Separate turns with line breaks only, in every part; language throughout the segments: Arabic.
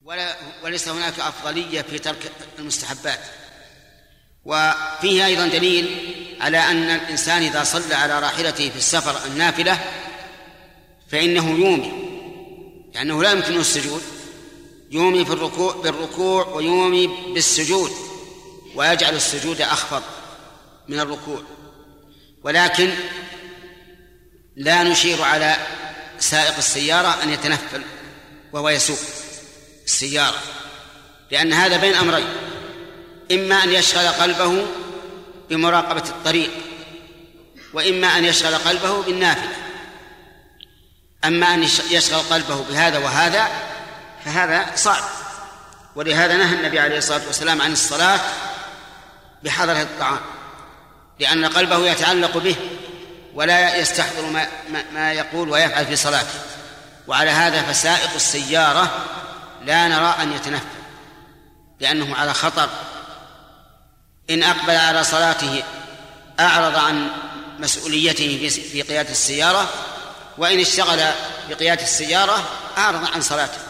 وليس هناك أفضلية في ترك المستحبات. وفيه أيضا دليل على أن الإنسان إذا صلى على راحلته في السفر النافلة فإنه يومي، لأنه لا يمكنه السجود، يومي بالركوع ويومي بالسجود، ويجعل السجود أخفض من الركوع. ولكن لا نشير على سائق السيارة أن يتنفل وهو يسوق السيارة، لأن هذا بين أمرين: إما أن يشغل قلبه بمراقبة الطريق، وإما أن يشغل قلبه بالنافلة. أما أن يشغل قلبه بهذا وهذا فهذا صعب، ولهذا نهى النبي عليه الصلاة والسلام عن الصلاة بحضرة الطعام، لأن قلبه يتعلق به ولا يستحضر ما يقول ويفعل في صلاته. وعلى هذا فسائق السيارة لا نرى أن يتنفل، لأنه على خطر. إن أقبل على صلاته أعرض عن مسؤوليته في قيادة السيارة، وإن اشتغل بقيادة السيارة أعرض عن صلاته.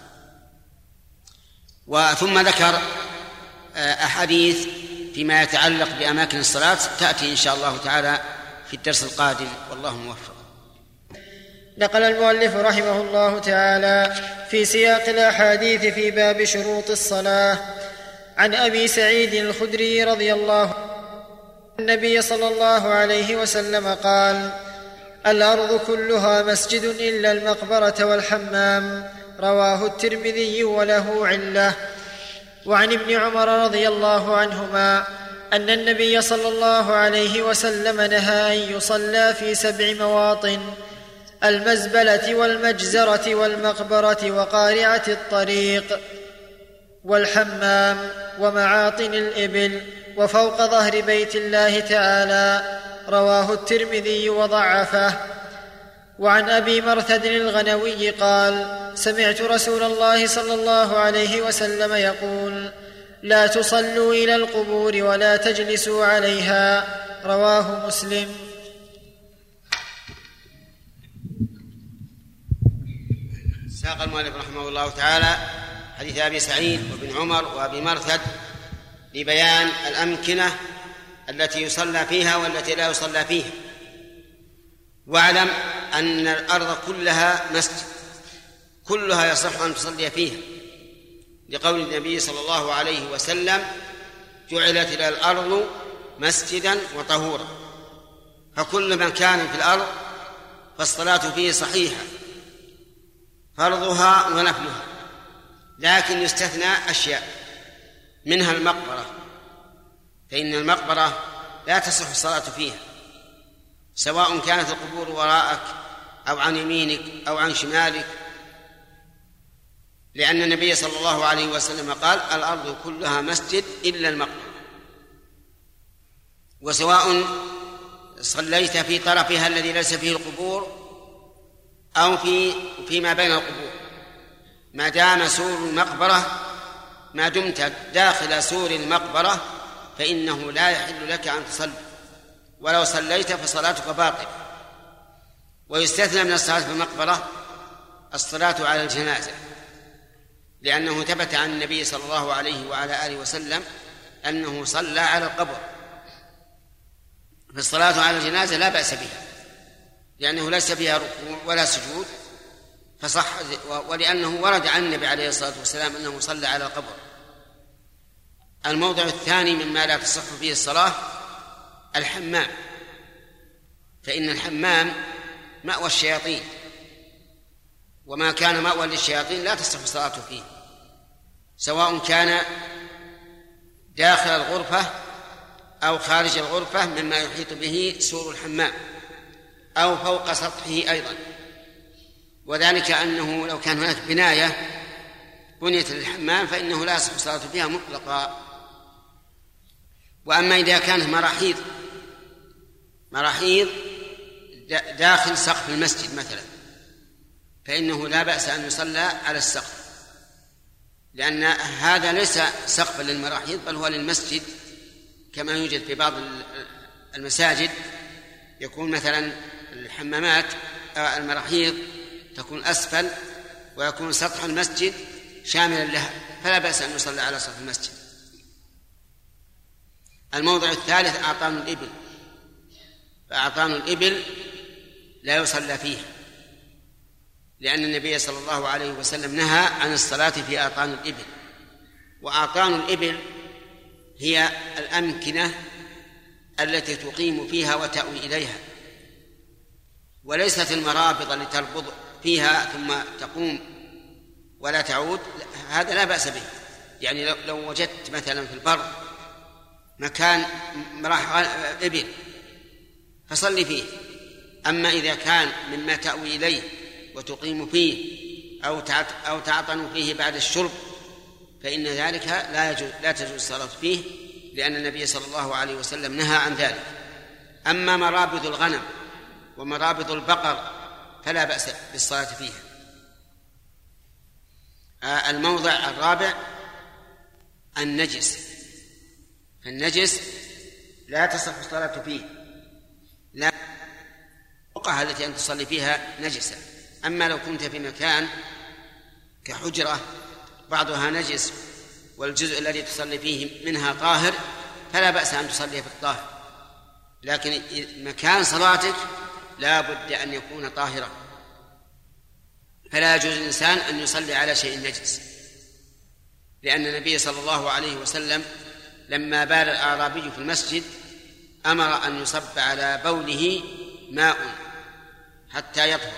ثم ذكر أحاديث فيما يتعلق بأماكن الصلاة تأتي إن شاء الله تعالى في الدرس القادم، والله موفق.
نقل المؤلف رحمه الله تعالى في سياق الأحاديث في باب شروط الصلاة عن أبي سعيد الخدري رضي الله عنه النبي صلى الله عليه وسلم قال: الأرض كلها مسجد إلا المقبرة والحمام. رواه الترمذي وله علة. وعن ابن عمر رضي الله عنهما أن النبي صلى الله عليه وسلم نهى أن يصلى في 7 مواطن: المزبلة والمجزرة والمقبرة وقارعة الطريق والحمام ومعاطن الإبل وفوق ظهر بيت الله تعالى. رواه الترمذي وضعفه. وعن أبي مرثد الغنوي قال: سمعت رسول الله صلى الله عليه وسلم يقول: لا تصلوا إلى القبور ولا تجلسوا عليها. رواه مسلم.
ساق المؤلف رحمه الله تعالى حديث أبي سعيد وابن عمر وأبي مرثد لبيان الأمكنة التي يصلى فيها والتي لا يصلى فيها. واعلم أن الأرض كلها مسجد، كلها يصح أن تصلي فيها، لقول النبي صلى الله عليه وسلم: جعلت إلى الأرض مسجدا وطهورا. فكل من كان في الأرض فالصلاة فيه صحيحة، فرضها ونفلها، لكن يستثنى أشياء منها المقبرة، فإن المقبرة لا تصح الصلاة فيها، سواء كانت القبور وراءك أو عن يمينك أو عن شمالك، لأن النبي صلى الله عليه وسلم قال: الأرض كلها مسجد إلا المقبرة. وسواء صليت في طرفها الذي ليس فيه القبور أو فيما بين القبور، ما دام سور المقبرة، ما دمت داخل سور المقبرة فإنه لا يحل لك أن تصلي، ولو صليت فصلاتك باطلة. ويستثنى من الصلاة في المقبرة الصلاة على الجنازة، لأنه ثبت عن النبي صلى الله عليه وعلى آله وسلم أنه صلى على القبر. فالصلاة على الجنازة لا بأس بها، لأنه ليس فيها ركوع ولا سجود فصح، ولأنه ورد عن النبي عليه الصلاة والسلام أنه صلى على القبر. الموضع الثاني مما لا تصح فيه الصلاة الحمام، فإن الحمام مأوى الشياطين، وما كان مأوى للشياطين لا تصح الصلاة فيه، سواء كان داخل الغرفة أو خارج الغرفة مما يحيط به سور الحمام أو فوق سطحه أيضا. وذلك أنه لو كان هناك بناية بنيت للحمام فإنه لا يصح الصلاة فيها مطلقا. وأما إذا كانت مراحيض داخل سقف المسجد مثلا، فإنه لا بأس أن يصلى على السقف، لأن هذا ليس سقفا للمراحيض بل هو للمسجد، كما يوجد في بعض المساجد يكون مثلا الحمامات المراحيض تكون أسفل ويكون سطح المسجد شاملا لها فلا بأس أن يصلى على سطح المسجد. الموضع الثالث أعطان الإبل، فأعطان الإبل لا يصلى فيها، لأن النبي صلى الله عليه وسلم نهى عن الصلاة في أعطان الإبل. وأعطان الإبل هي الأمكنة التي تقيم فيها وتأوي إليها، وليست المرابض التي تربض فيها ثم تقوم ولا تعود، هذا لا بأس به. يعني لو وجدت مثلا في البر مكان راح إبل فصلي فيه. أما إذا كان مما تأوي إليه وتقيم فيه أو تعطن فيه بعد الشرب فإن ذلك لا تجوز الصلاة فيه، لأن النبي صلى الله عليه وسلم نهى عن ذلك. أما مرابض الغنم ومرابض البقر فلا بأس بالصلاة فيها. الموضع الرابع النجس، فالنجس لا تصح الصلاة فيه، لا البقعة التي أن تصلي فيها نجسة. أما لو كنت في مكان كحجرة بعضها نجس والجزء الذي تصلي فيه منها طاهر فلا بأس أن تصلي في الطاهر، لكن مكان صلاتك لا بد أن يكون طاهرا، فلا يجوز الإنسان أن يصلي على شيء نجس، لأن النبي صلى الله عليه وسلم لما بال الأعرابي في المسجد أمر أن يصب على بوله ماء حتى يطهر.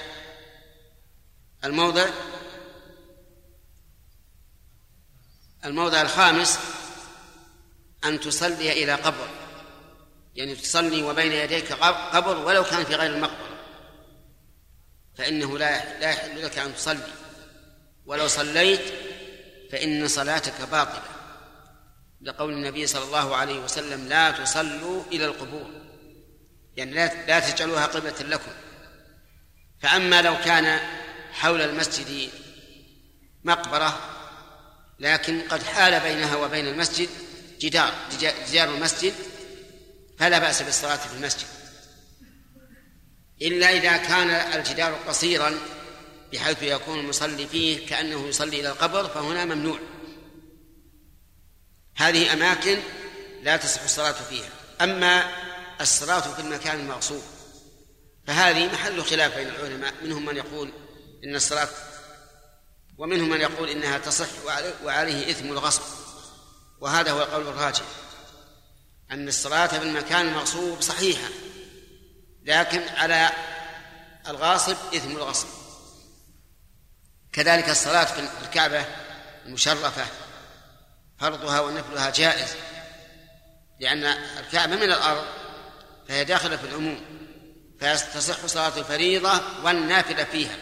الموضع الخامس أن تصلي إلى قبر، يعني تصلي وبين يديك قبر ولو كان في غير المقبرة، فإنه لا يحل لك أن تصلي، ولو صليت فإن صلاتك باطلة، لقول النبي صلى الله عليه وسلم لا تصلوا إلى القبور، يعني لا تجعلوها قبلة لكم. فأما لو كان حول المسجد مقبرة لكن قد حال بينها وبين المسجد جدار المسجد فلا بأس بالصلاة في المسجد، إلا إذا كان الجدار قصيرا بحيث يكون المصلي فيه كأنه يصلي إلى القبر، فهنا ممنوع. هذه أماكن لا تصح الصلاة فيها. أما الصلاة في المكان المغصوب فهذه محل خلاف بين العلماء، منهم من يقول إن الصلاة، ومنهم من يقول إنها تصح وعليه إثم الغصب، وهذا هو القول الراجح، أن الصلاة في المكان المغصوب صحيحة، لكن على الغاصب إثم الغصب. كذلك الصلاة في الكعبة المشرفة فرضها ونفلها جائز، لأن الكعبة من الأرض فهي داخلة في العموم، فتصح صلاة الفريضة والنافلة فيها.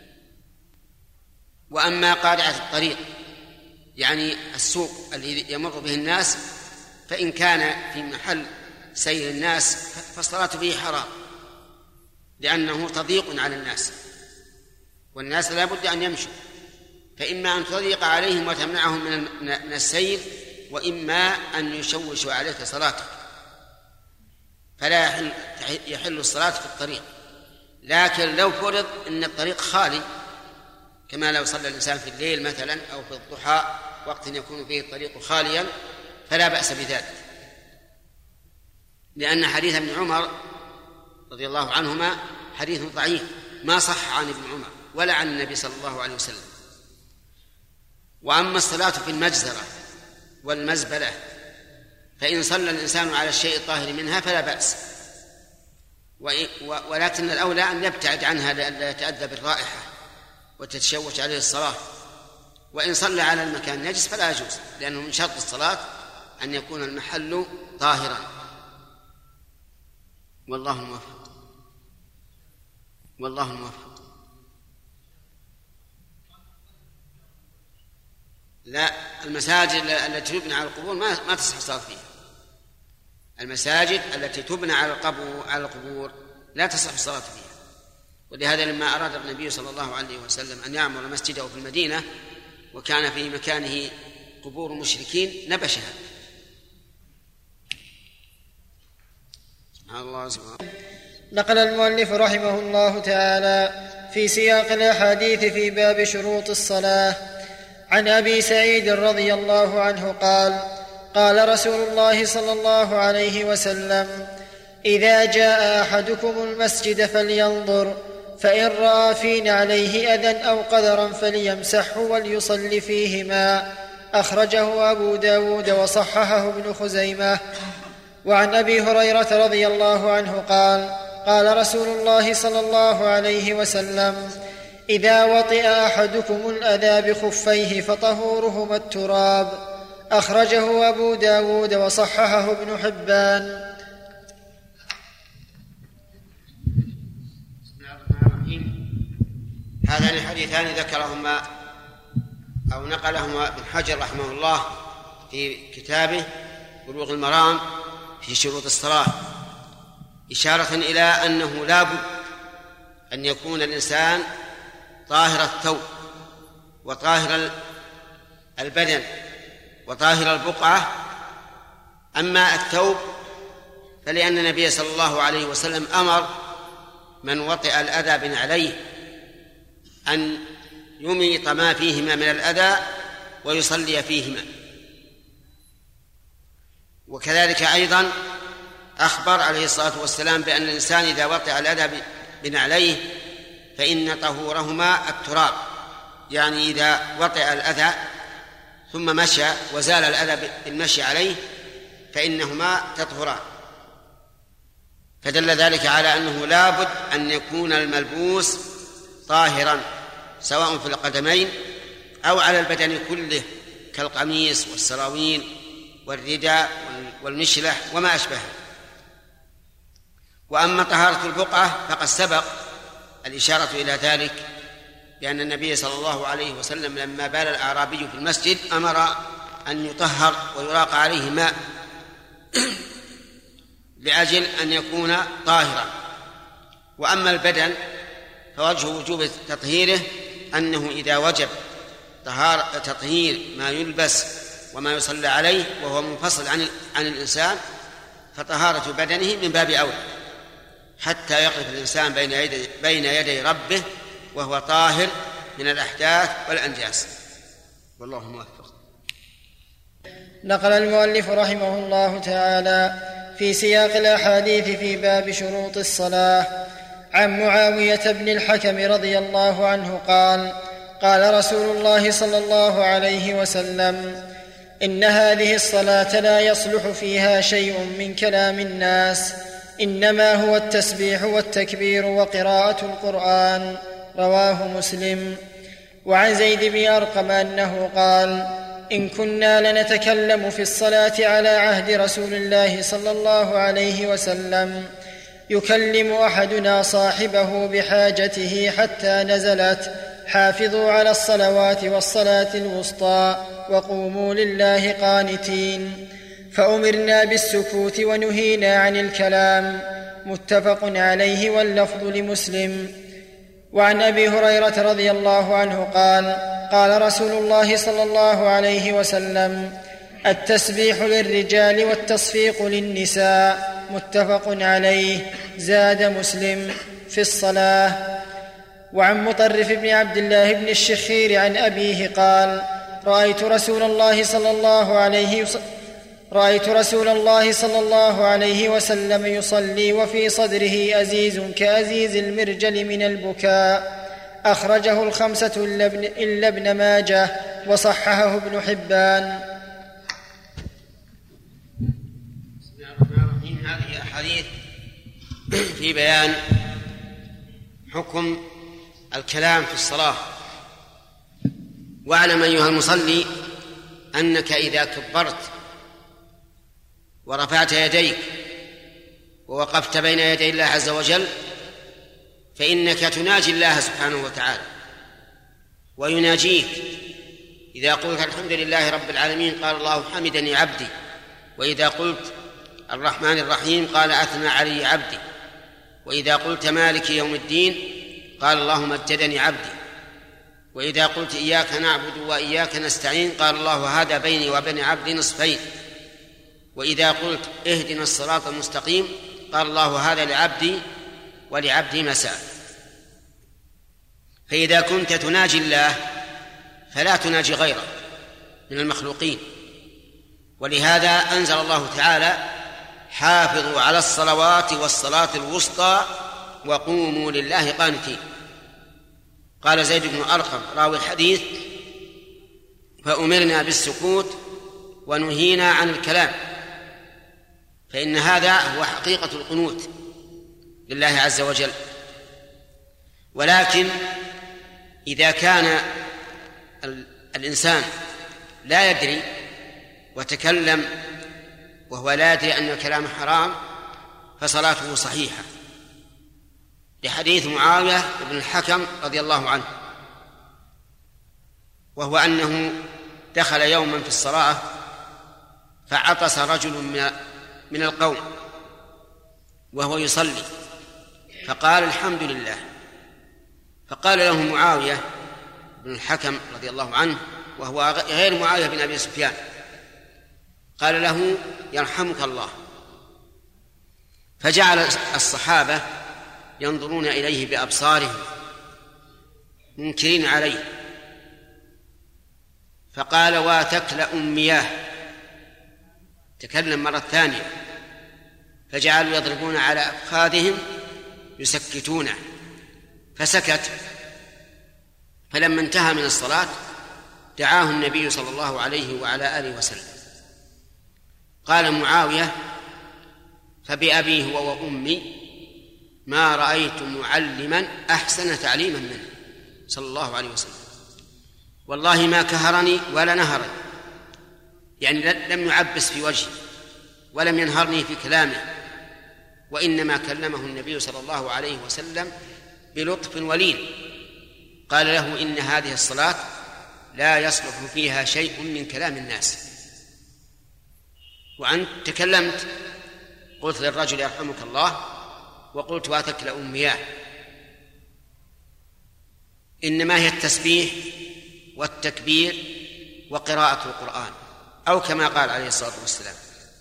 وأما قارعة الطريق يعني السوق الذي يمر به الناس فإن كان في محل سير الناس فالصلاة فيه حرام، لأنه تضييق على الناس، والناس لا بد أن يمشوا، فإما أن تضيق عليهم وتمنعهم من السير، وإما أن يشوشوا عليك صلاتك، فلا يحل الصلاة في الطريق. لكن لو فرض أن الطريق خالي، كما لو صلى الإنسان في الليل مثلا أو في الضحى وقت يكون فيه الطريق خاليا فلا بأس بذلك، لأن حديث ابن عمر رضي الله عنهما حديث ضعيف ما صح عن ابن عمر ولا عن النبي صلى الله عليه وسلم. وأما الصلاة في المجزرة والمزبلة فإن صلى الإنسان على الشيء الطاهر منها فلا بأس، ولكن الأولى أن يبتعد عنها لئلا يتأذى بالرائحة وتتشوش عليه الصلاة. وإن صلى على المكان نجس فلا يجوز، لأنه من شرط الصلاة أن يكون المحل طاهرا. والله الموفق. لا، المساجد التي تبنى على القبور ما تصح الصلاة فيها. المساجد التي تبنى على القبور لا تصح الصلاة فيها. ولهذا لما أراد النبي صلى الله عليه وسلم أن يعمر مسجده في المدينة وكان في مكانه قبور مشركين نبشها. الله سبحانه.
نقل المؤلف رحمه الله تعالى في سياق الأحاديث في باب شروط الصلاة عن أبي سعيد رضي الله عنه قال قال رسول الله صلى الله عليه وسلم: إذا جاء أحدكم المسجد فلينظر، فإن رأى في نعليه أذى أو قذرا فليمسحه وليصلي فيهما. أخرجه أبو داود وصححه ابن خزيمة. وعن أبي هريرة رضي الله عنه قال قال رسول الله صلى الله عليه وسلم: إذا وطئ أحدكم الأذى بخفيه فطهورهما التراب. أخرجه أبو داود وصححه ابن حبان.
هذان الحديثان ذكرهما أو نقلهما ابن حجر رحمه الله في كتابه بلوغ المرام في شروط الصلاة، إشارة إلى أنه لا بد أن يكون الإنسان طاهر الثوب وطاهر البدن وطاهر البقعة. أما الثوب فلأن النبي صلى الله عليه وسلم أمر من وطئ الأذى بنعليه أن يميط ما فيهما من الأذى ويصلي فيهما. وكذلك أيضا أخبر عليه الصلاة والسلام بأن الإنسان إذا وطئ الأذى بنعليه فإن طهورهما التراب، يعني إذا وطئ الأذى ثم مشى وزال الأذى بالمشي عليه فإنهما تطهران. فدل ذلك على أنه لا بد أن يكون الملبوس طاهرا سواء في القدمين أو على البدن كله كالقميص والسراويل والرداء والمشلح وما أشبهه. وأما طهارة البقعة فقد سبق الإشارة إلى ذلك بأن النبي صلى الله عليه وسلم لما بال الأعرابي في المسجد أمر أن يطهر ويراق عليه ماء لأجل أن يكون طاهرا. وأما البدن فوجه وجوب تطهيره أنه إذا وجب تطهير ما يلبس وما يصلى عليه وهو منفصل عن الإنسان فطهارة بدنه من باب أولى حتى يقف الإنسان بين يدي ربه وهو طاهر من الأحداث والأنجاس. والله موفق.
نقل المؤلف رحمه الله تعالى في سياق الأحاديث في باب شروط الصلاة عن معاوية بن الحكم رضي الله عنه قال قال رسول الله صلى الله عليه وسلم: إن هذه الصلاة لا يصلح فيها شيء من كلام الناس، إنما هو التسبيح والتكبير وقراءة القرآن. رواه مسلم. وعن زيد بن أرقم أنه قال: إن كنا لنتكلم في الصلاة على عهد رسول الله صلى الله عليه وسلم يكلم أحدنا صاحبه بحاجته حتى نزلت: حافظوا على الصلوات والصلاة الوسطى وقوموا لله قانتين. فأمرنا بالسكوت ونهينا عن الكلام. متفق عليه واللفظ لمسلم. وعن أبي هريرة رضي الله عنه قال قال رسول الله صلى الله عليه وسلم: التسبيح للرجال والتصفيق للنساء. متفق عليه. زاد مسلم في الصلاة. وعن مطرف بن عبد الله بن الشخير عن أبيه قال: رأيت رسول الله صلى الله عليه وسلم يصلي وفي صدره أزيز كأزيز المرجل من البكاء. أخرجه الخمسة إلا ابن ماجه وصححه ابن حبان.
بسم الله الرحمن الرحيم. هذه أحاديث في بيان حكم الكلام في الصلاة. واعلم أيها المصلي أنك إذا كبرت ورفعت يديك ووقفت بين يدي الله عز وجل فإنك تناجي الله سبحانه وتعالى ويناجيك. إذا قلت الحمد لله رب العالمين قال الله حمدني عبدي، وإذا قلت الرحمن الرحيم قال أثنى علي عبدي، وإذا قلت مالك يوم الدين قال الله مجدني عبدي، وإذا قلت إياك نعبد وإياك نستعين قال الله هذا بيني وبين عبدي نصفين، وإذا قلت اهدنا الصراط المستقيم قال الله هذا لعبدي ولعبدي مساء. فإذا كنت تناجي الله فلا تناجي غيره من المخلوقين. ولهذا أنزل الله تعالى: حافظوا على الصلوات والصلاة الوسطى وقوموا لله قانتين. قال زيد بن أرقم راوي الحديث: فأمرنا بالسكوت ونهينا عن الكلام، فإن هذا هو حقيقة القنوت لله عز وجل. ولكن إذا كان الإنسان لا يدري وتكلم وهو لا يدري أن الكلام حرام فصلاته صحيحة، لحديث معاوية بن الحكم رضي الله عنه، وهو أنه دخل يوما في الصلاة فعطس رجل من القوم وهو يصلي فقال: الحمد لله. فقال له معاوية بن الحكم رضي الله عنه، وهو غير معاوية بن أبي سفيان، قال له: يرحمك الله. فجعل الصحابة ينظرون إليه بأبصارهم منكرين عليه، فقال: واتكل مياه. تكلم مرة ثانية، فجعلوا يضربون على أفخاذهم يسكتونه، فسكت. فلما انتهى من الصلاة دعاه النبي صلى الله عليه وعلى آله وسلم. قال معاوية: فبأبي هو وأمي ما رأيت معلما أحسن تعليما منه صلى الله عليه وسلم، والله ما كهرني ولا نهرني، يعني لم يعبس في وجهي ولم ينهرني في كلامه، وإنما كلمه النبي صلى الله عليه وسلم بلطف ولين. قال له: إن هذه الصلاة لا يصلح فيها شيء من كلام الناس، وأنت تكلمت، قلت للرجل: يرحمك الله، وقلت: واتكل مياه. إنما هي التسبيح والتكبير وقراءة القرآن، أو كما قال عليه الصلاة والسلام.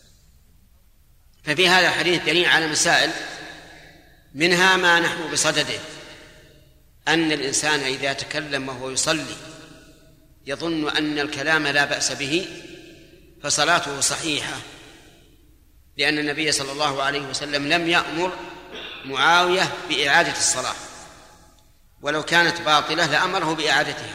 ففي هذا الحديث دليل على مسائل، منها ما نحن بصدده، أن الإنسان إذا تكلم وهو يصلي يظن أن الكلام لا بأس به فصلاته صحيحة، لأن النبي صلى الله عليه وسلم لم يأمر معاوية بإعادة الصلاة، ولو كانت باطلة لأمره بإعادتها.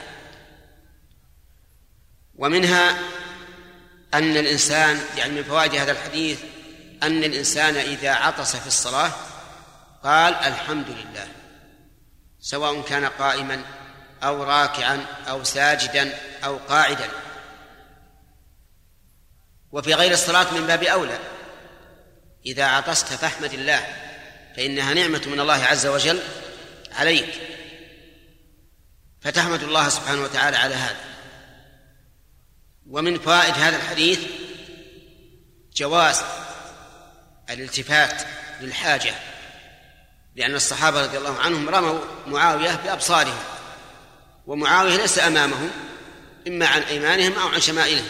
ومنها أن الإنسان، يعني من فوائد هذا الحديث، أن الإنسان إذا عطس في الصلاة قال: الحمد لله، سواء كان قائما أو راكعا أو ساجدا أو قاعدا. وفي غير الصلاة من باب أولى، إذا عطست فاحمد الله، فإنها نعمة من الله عز وجل عليك، فتحمد الله سبحانه وتعالى على هذا. ومن فوائد هذا الحديث جواز الالتفات للحاجة، لأن الصحابة رضي الله عنهم رموا معاوية بأبصارهم، ومعاوية ليس أمامهم، إما عن أيمانهم أو عن شمائلهم.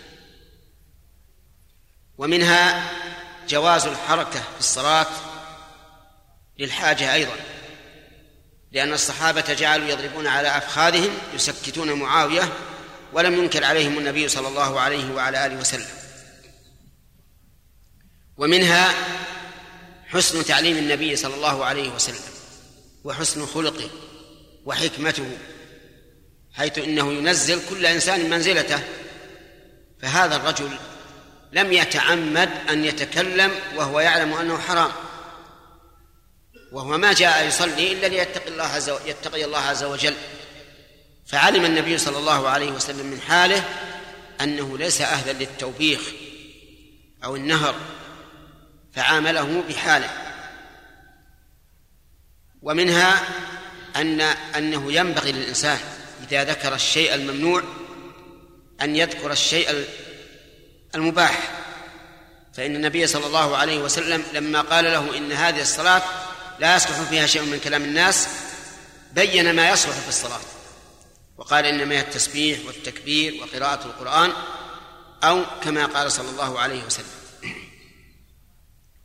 ومنها جواز الحركة في الصلاة للحاجة أيضا، لأن الصحابة جعلوا يضربون على أفخاذهم يسكتون معاوية، ولم ينكر عليهم النبي صلى الله عليه وعلى آله وسلم. ومنها حسن تعليم النبي صلى الله عليه وسلم وحسن خلقه وحكمته، حيث إنه ينزل كل إنسان منزلته. فهذا الرجل لم يتعمد أن يتكلم وهو يعلم أنه حرام، وهو ما جاء يصلي إلا ليتقي الله عز وجل. فعلم النبي صلى الله عليه وسلم من حاله أنه ليس أهلا للتوبيخ أو النهر، فعامله بحاله. ومنها أنه ينبغي للإنسان إذا ذكر الشيء الممنوع أن يذكر الشيء المباح، فإن النبي صلى الله عليه وسلم لما قال له إن هذه الصلاة لا يصلح فيها شيء من كلام الناس بين ما يصلح في الصلاة، وقال إنما هي التسبيح والتكبير وقراءة القرآن، أو كما قال صلى الله عليه وسلم.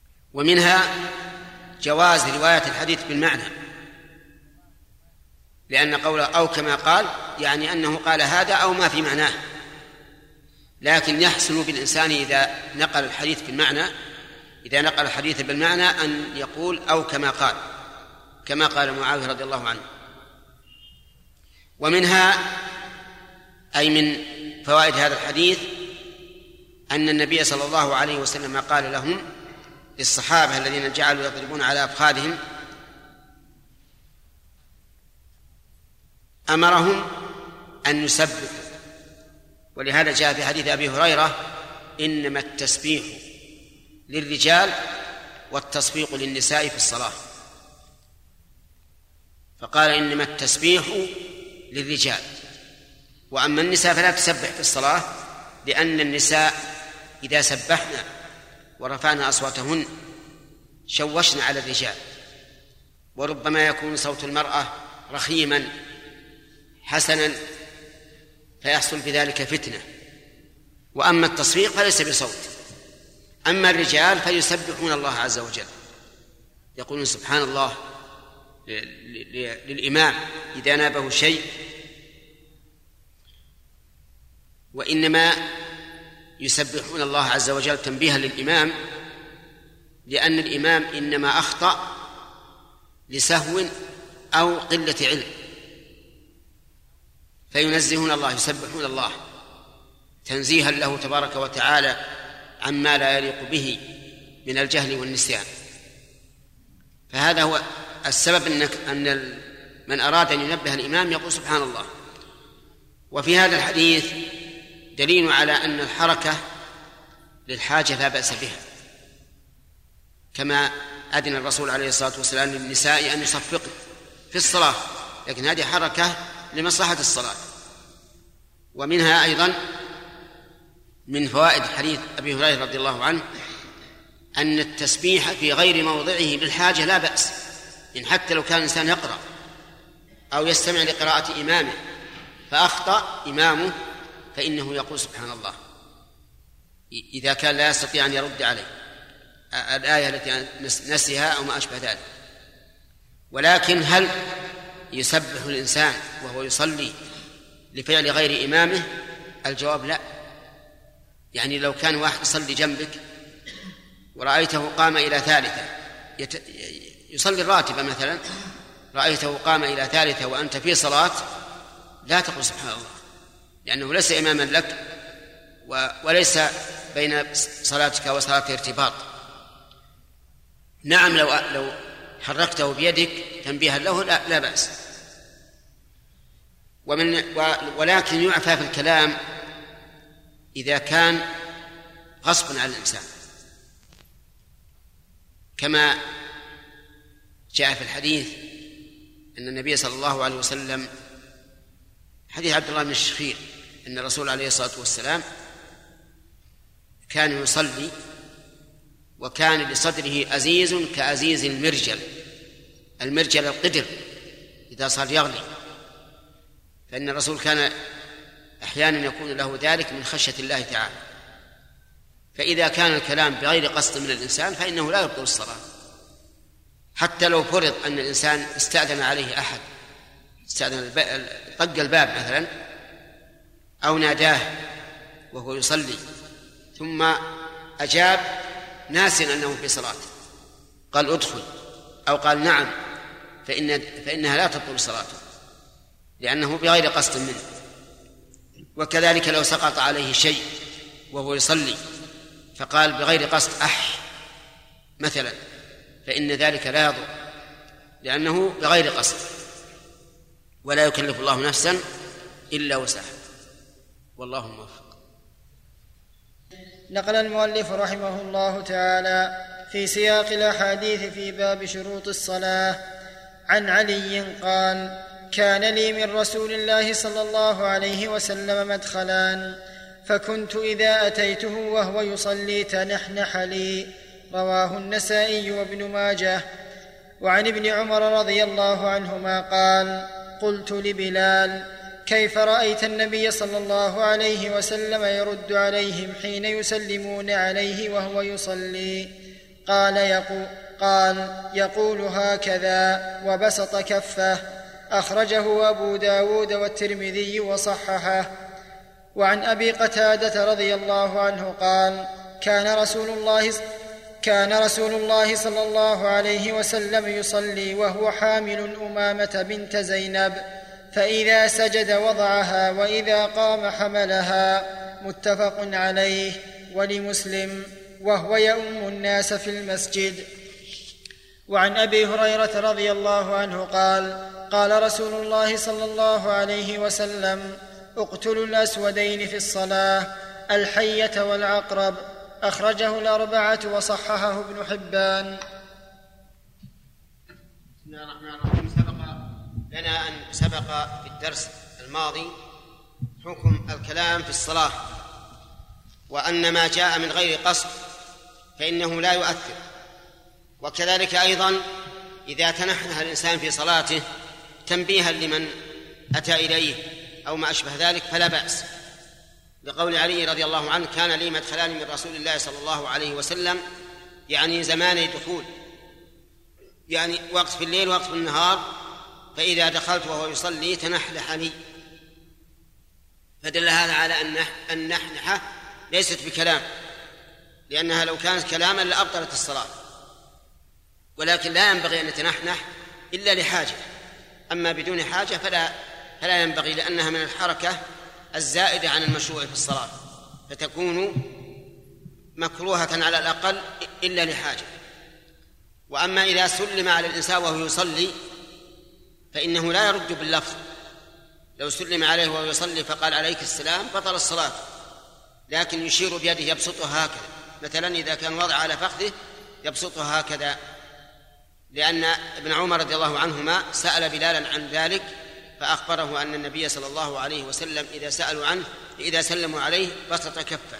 ومنها جواز رواية الحديث بالمعنى، لأن قوله أو كما قال يعني أنه قال هذا أو ما في معناه. لكن يحسن بالإنسان إذا نقل الحديث بالمعنى، إذا نقل الحديث بالمعنى أن يقول أو كما قال، كما قال معاوية رضي الله عنه. ومنها أي من فوائد هذا الحديث أن النبي صلى الله عليه وسلم قال لهم للصحابة الذين جعلوا يضربون على أفخاذهم أمرهم أن يسبحوا. ولهذا جاء في حديث أبي هريرة إنما التسبيح للرجال والتصفيق للنساء في الصلاة، فقال إنما التسبيح للرجال، وأما النساء فلا تسبح في الصلاة، لأن النساء إذا سبحنا ورفعنا أصواتهن شوشنا على الرجال، وربما يكون صوت المرأة رخيما حسنا فيحصل بذلك فتنة. وأما التصفيق فليس بصوت. أما الرجال فيسبحون الله عز وجل، يقولون سبحان الله للإمام إذا نابه شيء، وإنما يسبحون الله عز وجل تنبيها للإمام، لأن الإمام إنما أخطأ لسهو أو قلة علم، فينزهون الله يسبحون الله تنزيها له تبارك وتعالى عما لا يليق به من الجهل والنسيان. فهذا هو السبب أن من أراد أن ينبه الإمام يقول سبحان الله. وفي هذا الحديث دليل على أن الحركة للحاجة لا بأس بها، كما أذن الرسول عليه الصلاة والسلام للنساء أن يصفقن في الصلاة، لكن هذه حركة لمصلحة الصلاة. ومنها أيضا من فوائد حديث أبي هريرة رضي الله عنه أن التسبيح في غير موضعه للحاجة لا بأس، إن حتى لو كان الإنسان يقرأ أو يستمع لقراءة إمامه فأخطأ إمامه فإنه يقول سبحان الله إذا كان لا يستطيع أن يرد عليه الآية التي نسيها أو ما أشبه ذلك. ولكن هل يسبح الإنسان وهو يصلي لفعل غير إمامه؟ الجواب لا. يعني لو كان واحد يصلي جنبك ورأيته قام إلى ثالثة يصلي الراتبة مثلا، رأيته قام إلى ثالثة وأنت في صلاة، لا تقول سبحان الله، لأنه ليس إماما لك وليس بين صلاتك وصلاته ارتباط. نعم لو حركته بيدك تنبيها له لا بأس. ولكن يعفى في الكلام إذا كان غصبا على الإنسان، كما جاء في الحديث أن النبي صلى الله عليه وسلم، حديث عبد الله بن الشخير، أن الرسول عليه الصلاة والسلام كان يصلي وكان لصدره أزيز كأزيز المرجل القدر إذا صار يغلي، فإن الرسول كان أحيانا يكون له ذلك من خشية الله تعالى. فإذا كان الكلام بغير قصد من الإنسان فإنه لا يبطل الصلاة، حتى لو فرض أن الإنسان استأذن عليه أحد، طق الباب مثلا أو ناداه وهو يصلي ثم أجاب ناسيا أنه في صلاة، قال ادخل أو قال نعم، فإنها لا تبطل صلاته لأنه بغير قصد منه. وكذلك لو سقط عليه شيء وهو يصلي فقال بغير قصد مثلا، فإن ذلك لا يضر لأنه بغير قصد، ولا يكلف الله نفسا إلا وسعها، والله موفق.
نقل المؤلف رحمه الله تعالى في سياق الأحاديث في باب شروط الصلاة عن علي قال: كان لي من رسول الله صلى الله عليه وسلم مدخلان، فكنت إذا أتيته وهو يصلي تنحنح لي. رواه النسائي وابن ماجه. وعن ابن عمر رضي الله عنهما قال: قلت لبلال: كيف رأيت النبي صلى الله عليه وسلم يرد عليهم حين يسلمون عليه وهو يصلي؟ قال: يقول هكذا وبسط كفه. أخرجه أبو داود والترمذي وصححه. وعن أبي قتادة رضي الله عنه قال: كان رسول الله صلى الله عليه وسلم يصلي وهو حامل أمامة بنت زينب، فإذا سجد وضعها وإذا قام حملها. متفق عليه. ولمسلم: وهو يؤم الناس في المسجد. وعن أبي هريرة رضي الله عنه قال: قال رسول الله صلى الله عليه وسلم: اقتلوا الأسودين في الصلاة، الحية والعقرب. أخرجه الأربعة وصححه ابن حبان.
بسم الله الرحمن الرحيم. سبق في الدرس الماضي حكم الكلام في الصلاة، وأن ما جاء من غير قصد فإنه لا يؤثر، وكذلك أيضا إذا تنحنح الإنسان في صلاته تنبيها لمن أتى إليه أو ما أشبه ذلك فلا بأس، لقول علي رضي الله عنه: كان لي مدخلان من رسول الله صلى الله عليه وسلم، يعني زماني دخول، يعني وقت في الليل ووقت في النهار، فإذا دخلت وهو يصلي تنحنحني، فدل هذا على أن النحنحة ليست بكلام، لأنها لو كانت كلاما لأبطلت الصلاة، ولكن لا ينبغي أن نتنحنح إلا لحاجة، أما بدون حاجة فلا ينبغي، لأنها من الحركة الزائدة عن المشروع في الصلاة، فتكون مكروهة على الأقل إلا لحاجة. وأما إذا سلم على الإنسان وهو يصلي فإنه لا يرد باللفظ، لو سلم عليه وهو يصلي فقال عليك السلام بطل الصلاة، لكن يشير بيده يبسطها هكذا، مثلا إذا كان وضع على فخذه يبسطها هكذا، لأن ابن عمر رضي الله عنهما سأل بلالا عن ذلك فأخبره أن النبي صلى الله عليه وسلم إذا سلموا عليه بسط كفه.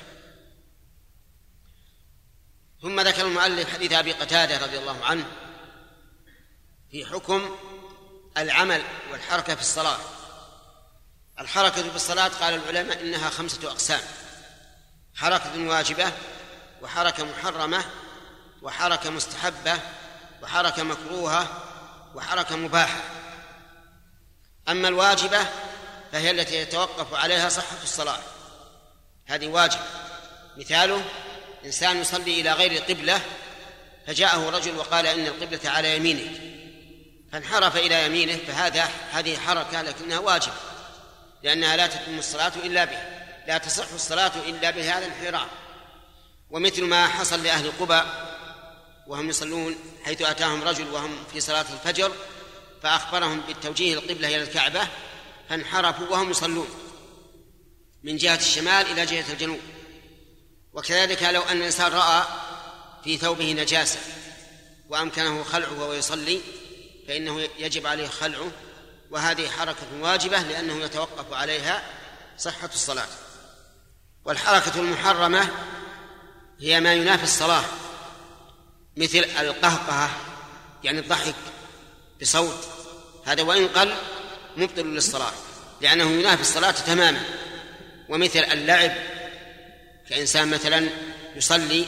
ثم ذكر المؤلف حديث أبي قتادة رضي الله عنه في حكم العمل والحركة في الصلاة. الحركة في الصلاة قال العلماء إنها 5 أقسام: حركة واجبة، وحركة محرمة، وحركة مستحبة، وحركة مكروهة، وحركة مباحة. أما الواجبة فهي التي يتوقف عليها صحة الصلاة، هذه واجب. مثاله: إنسان يصلي إلى غير القبلة فجاءه رجل وقال إن القبلة على يمينك، فانحرف إلى يمينه، هذه حركة لكنها واجب، لأنها لا تتم الصلاة إلا به، لا تصح الصلاة إلا بهذا الانحراف. ومثل ما حصل لأهل قباء وهم يصلون حيث أتاهم رجل وهم في صلاة الفجر فأخبرهم بالتوجيه القبلة إلى الكعبة فانحرفوا وهم يصلون من جهة الشمال إلى جهة الجنوب. وكذلك لو أن الإنسان رأى في ثوبه نجاسة وأمكنه خلعه وهو يصلي فإنه يجب عليه خلعه، وهذه حركة واجبة لأنه يتوقف عليها صحة الصلاة. والحركة المحرمة هي ما ينافي الصلاة، مثل القهقهة، يعني الضحك بصوت، هذا وإن قل مبطل للصلاة لأنه ينافي الصلاة تماما. ومثل اللعب، كإنسان مثلا يصلي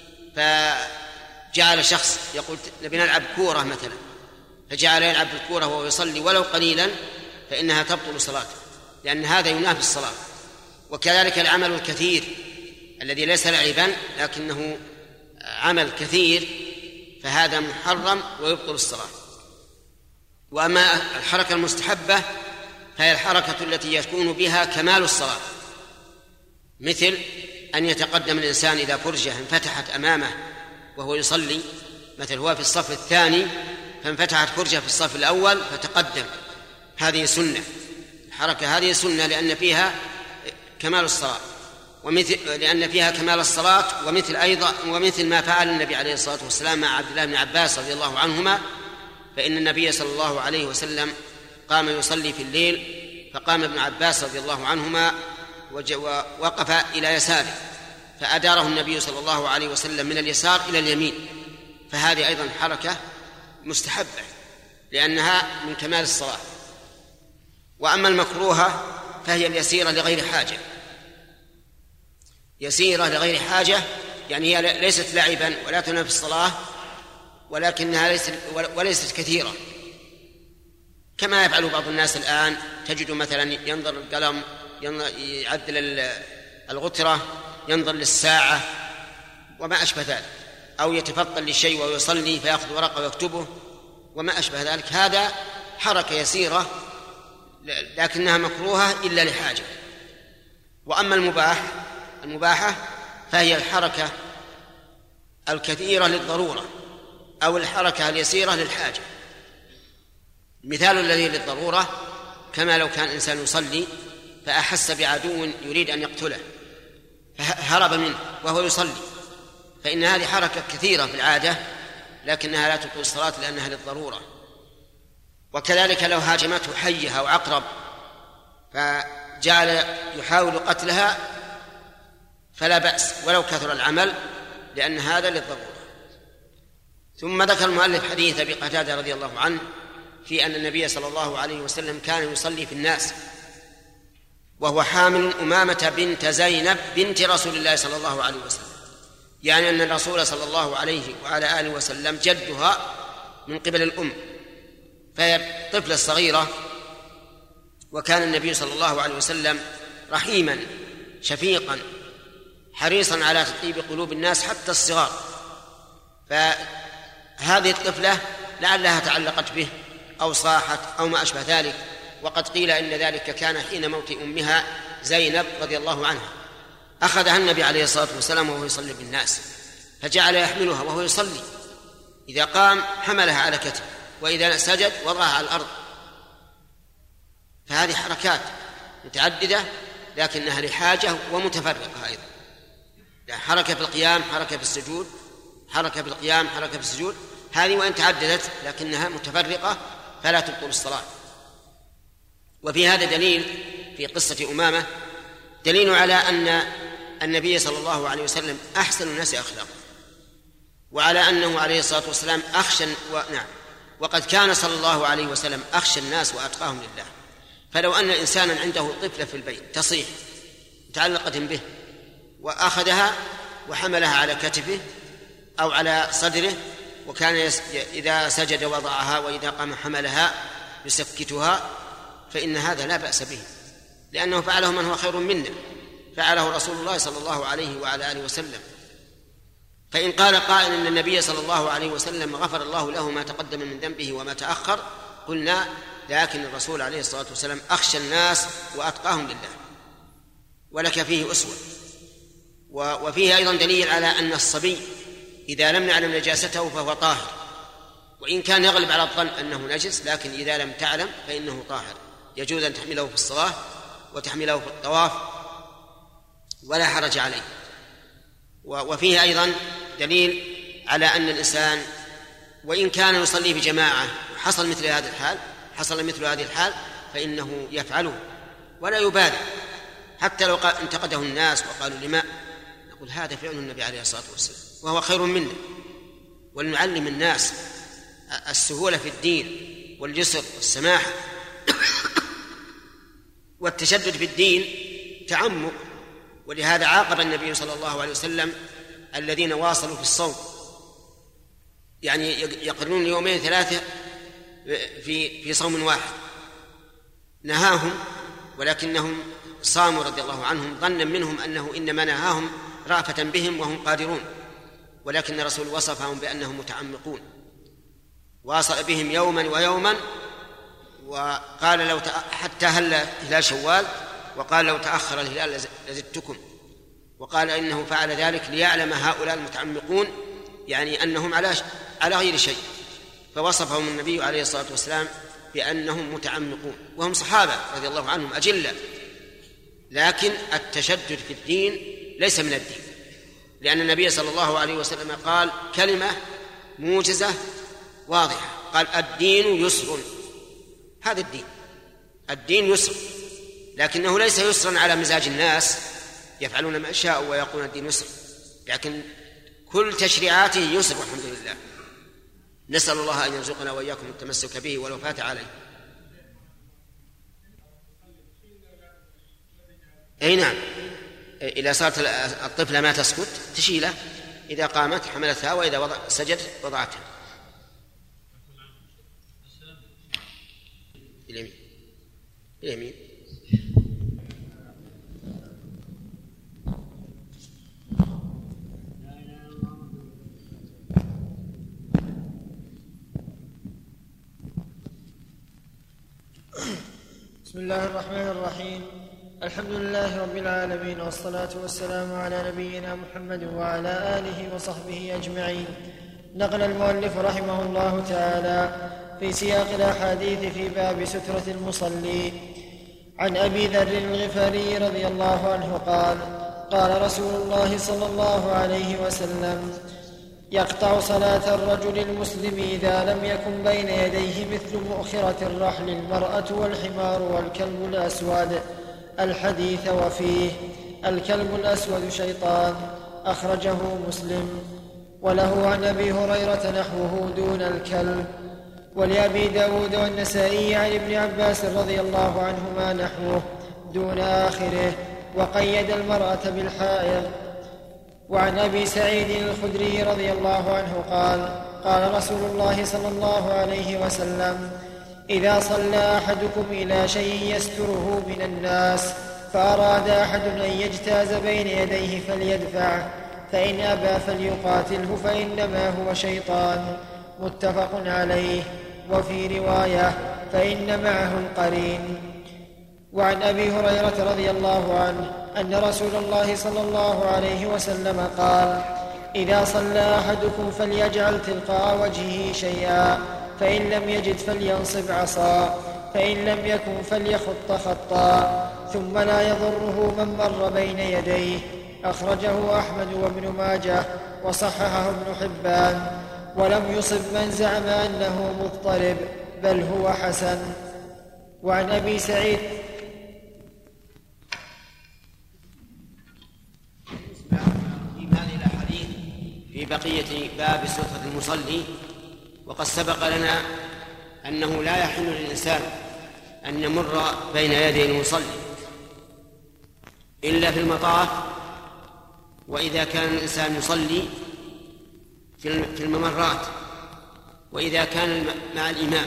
فجعل شخص يقول نبي نلعب كورة مثلا، فجعل يلعب بالكورة وهو يصلي ولو قليلا، فإنها تبطل صلاته لأن هذا ينافي الصلاة. وكذلك العمل الكثير الذي ليس لعبا لكنه عمل كثير فهذا محرم ويبطل الصلاة. وأما الحركة المستحبة فهي الحركة التي يكون بها كمال الصلاة، مثل أن يتقدم الإنسان إذا فرجة انفتحت أمامه وهو يصلي، مثل هو في الصف الثاني فانفتحت فرجة في الصف الأول فتقدم، هذه سنة، الحركة هذه سنة لأن فيها كمال الصلاة، لأن فيها كمال الصلاة. ومثل ما فعل النبي عليه الصلاة والسلام مع عبد الله بن عباس رضي الله عنهما، فإن النبي صلى الله عليه وسلم قام يصلي في الليل فقام ابن عباس رضي الله عنهما ووقف إلى يساره فأداره النبي صلى الله عليه وسلم من اليسار إلى اليمين، فهذه أيضا حركة مستحبة لأنها من كمال الصلاة. وأما المكروهة فهي اليسيرة لغير حاجة، يسيرة لغير حاجة، يعني هي ليست لعبا ولا تنافي الصلاة ولكنها وليست كثيرة، كما يفعل بعض الناس الآن، تجد مثلا ينظر القلم، يعدل الغترة، ينظر للساعة وما أشبه ذلك، أو يتفطن للشيء ويصلي فيأخذ ورقة ويكتبه وما أشبه ذلك. هذا حركة يسيرة لكنها مكروهة إلا لحاجة. وأما المباحة فهي الحركة الكثيرة للضرورة أو الحركة اليسيرة للحاجة. مثال الذي للضرورة كما لو كان إنسان يصلي فأحس بعدو يريد أن يقتله فهرب منه وهو يصلي، فإن هذه حركة كثيرة في العادة لكنها لا تبطل الصلاة لأنها للضرورة. وكذلك لو هاجمته حية أو عقرب فجعل يحاول قتلها فلا بأس ولو كثر العمل لأن هذا للضرورة. ثم ذكر المؤلف حديث أبي قتادة رضي الله عنه في أن النبي صلى الله عليه وسلم كان يصلي في الناس وهو حامل أمامة بنت زينب بنت رسول الله صلى الله عليه وسلم، يعني أن الرسول صلى الله عليه وعلى آله وسلم جدها من قبل الأم، فهي طفلة صغيرة. وكان النبي صلى الله عليه وسلم رحيما شفيقا حريصا على تطيب قلوب الناس حتى الصغار، فهذه الطفلة لعلها تعلقت به أو صاحت أو ما أشبه ذلك. وقد قيل إن ذلك كان حين موت أمها زينب رضي الله عنها، أخذها النبي عليه الصلاة والسلام وهو يصلي بالناس فجعل يحملها وهو يصلي، إذا قام حملها على كتفه وإذا سجد وضعها على الأرض. فهذه حركات متعددة لكنها لحاجة ومتفرقة أيضا، حركة في القيام، حركة في السجود، حركة في القيام، حركة في السجود، هذه وإن تعددت لكنها متفرقة فلا تبطل الصلاة. وفي هذا دليل في قصة أمامة دليل على أن النبي صلى الله عليه وسلم أحسن الناس أخلاقا، وعلى أنه عليه الصلاة والسلام وقد كان صلى الله عليه وسلم أخشى الناس وأتقاهم لله. فلو أن إنسانا عنده طفلة في البيت تصيح متعلقة به وأخذها وحملها على كتفه أو على صدره وكان إذا سجد وضعها وإذا قام حملها يسكتها، فإن هذا لا بأس به لأنه فعله من هو خير منا، فعله رسول الله صلى الله عليه وعلى آله وسلم. فإن قال قائل إن النبي صلى الله عليه وسلم غفر الله له ما تقدم من ذنبه وما تأخر، قلنا لكن الرسول عليه الصلاة والسلام أخشى الناس وأتقاهم لله، ولك فيه أسوة. وفيه أيضا دليل على أن الصبي إذا لم نعلم نجاسته فهو طاهر، وإن كان يغلب على الظن أنه نجس لكن إذا لم تعلم فإنه طاهر، يجوز أن تحمله في الصلاة وتحمله في الطواف ولا حرج عليه. وفيه أيضا دليل على أن الإنسان وإن كان يصلي بجماعة حصل مثل هذه الحال فإنه يفعله ولا يبالي، حتى لو انتقده الناس وقالوا لما، نقول هذا فعل النبي عليه الصلاة والسلام وهو خير منا. ولنعلم الناس السهولة في الدين واليسر والسماحة والتشدد في الدين تعمق. ولهذا عاقب النبي صلى الله عليه وسلم الذين واصلوا في الصوم، يعني يقرنون يومين ثلاثة في صوم واحد، نهاهم ولكنهم صاموا رضي الله عنهم ظنا منهم أنه إنما نهاهم رأفة بهم وهم قادرون، ولكن الرسول وصفهم بأنهم متعمقون، واصل بهم يوما ويوما، وقال لو حتى هلال شوال، وقال لو تأخر الهلال لزدتكم، وقال إنه فعل ذلك ليعلم هؤلاء المتعمقون يعني أنهم على غير شيء، فوصفهم النبي عليه الصلاة والسلام بأنهم متعمقون وهم صحابة رضي الله عنهم أجلة. لكن التشدد في الدين ليس من الدين، لأن النبي صلى الله عليه وسلم قال كلمة موجزة واضحة، قال الدين يسر. هذا الدين يسر، لكنه ليس يسرا على مزاج الناس يفعلون ما شاءوا ويقولون الدين يسر، لكن كل تشريعاته يسر والحمد لله. نسأل الله أن يرزقنا وإياكم التمسك به والوفاة عليه. أي نعم، إذا صارت الطفلة ما تسكت تشيله، إذا قامت حملتها وإذا سجدت وضعتها. باليمين.
بسم الله الرحمن الرحيم. الحمد لله رب العالمين، والصلاة والسلام على نبينا محمد وعلى آله وصحبه أجمعين. نقل المؤلف رحمه الله تعالى في سياق الأحاديث في باب سترة المصلي عن أبي ذر الغفاري رضي الله عنه قال: قال رسول الله صلى الله عليه وسلم: يقطع صلاة الرجل المسلم إذا لم يكن بين يديه مثل مؤخرة الرحل المرأة والحمار والكلب الأسود. الحديث وفيه: الكلب الأسود شيطان. أخرجه مسلم. وله عن أبي هريرة نحوه دون الكلب. ولأبي داود والنسائي عن ابن عباس رضي الله عنهما نحوه دون آخره، وقيد المرأة بالحائض. وعن أبي سعيد الخدري رضي الله عنه قال: قال رسول الله صلى الله عليه وسلم: إذا صلى أحدكم إلى شيء يستره من الناس فأراد أحد أن يجتاز بين يديه فليدفعه، فإن أبى فليقاتله فإنما هو شيطان. متفق عليه. وفي رواية: فإن معه القرين. وعن أبي هريرة رضي الله عنه أن رسول الله صلى الله عليه وسلم قال: إذا صلى أحدكم فليجعل تلقاء وجهه شيئا، فإن لم يجد فلينصب عصا، فإن لم يكن فليخط خطا، ثم لا يضره من مر بين يديه. أخرجه أحمد وابن ماجه وصححه ابن حبان. ولم يصب من زعم أنه مضطرب، بل هو حسن. وعن أبي سعيد
في هذه الأحاديث في بقية باب سترة المصلي، وقد سبق لنا أنه لا يحل للإنسان أن يمر بين يدي المصلي إلا في المطاف، وإذا كان الإنسان يصلي في الممرات، وإذا كان مع الإمام.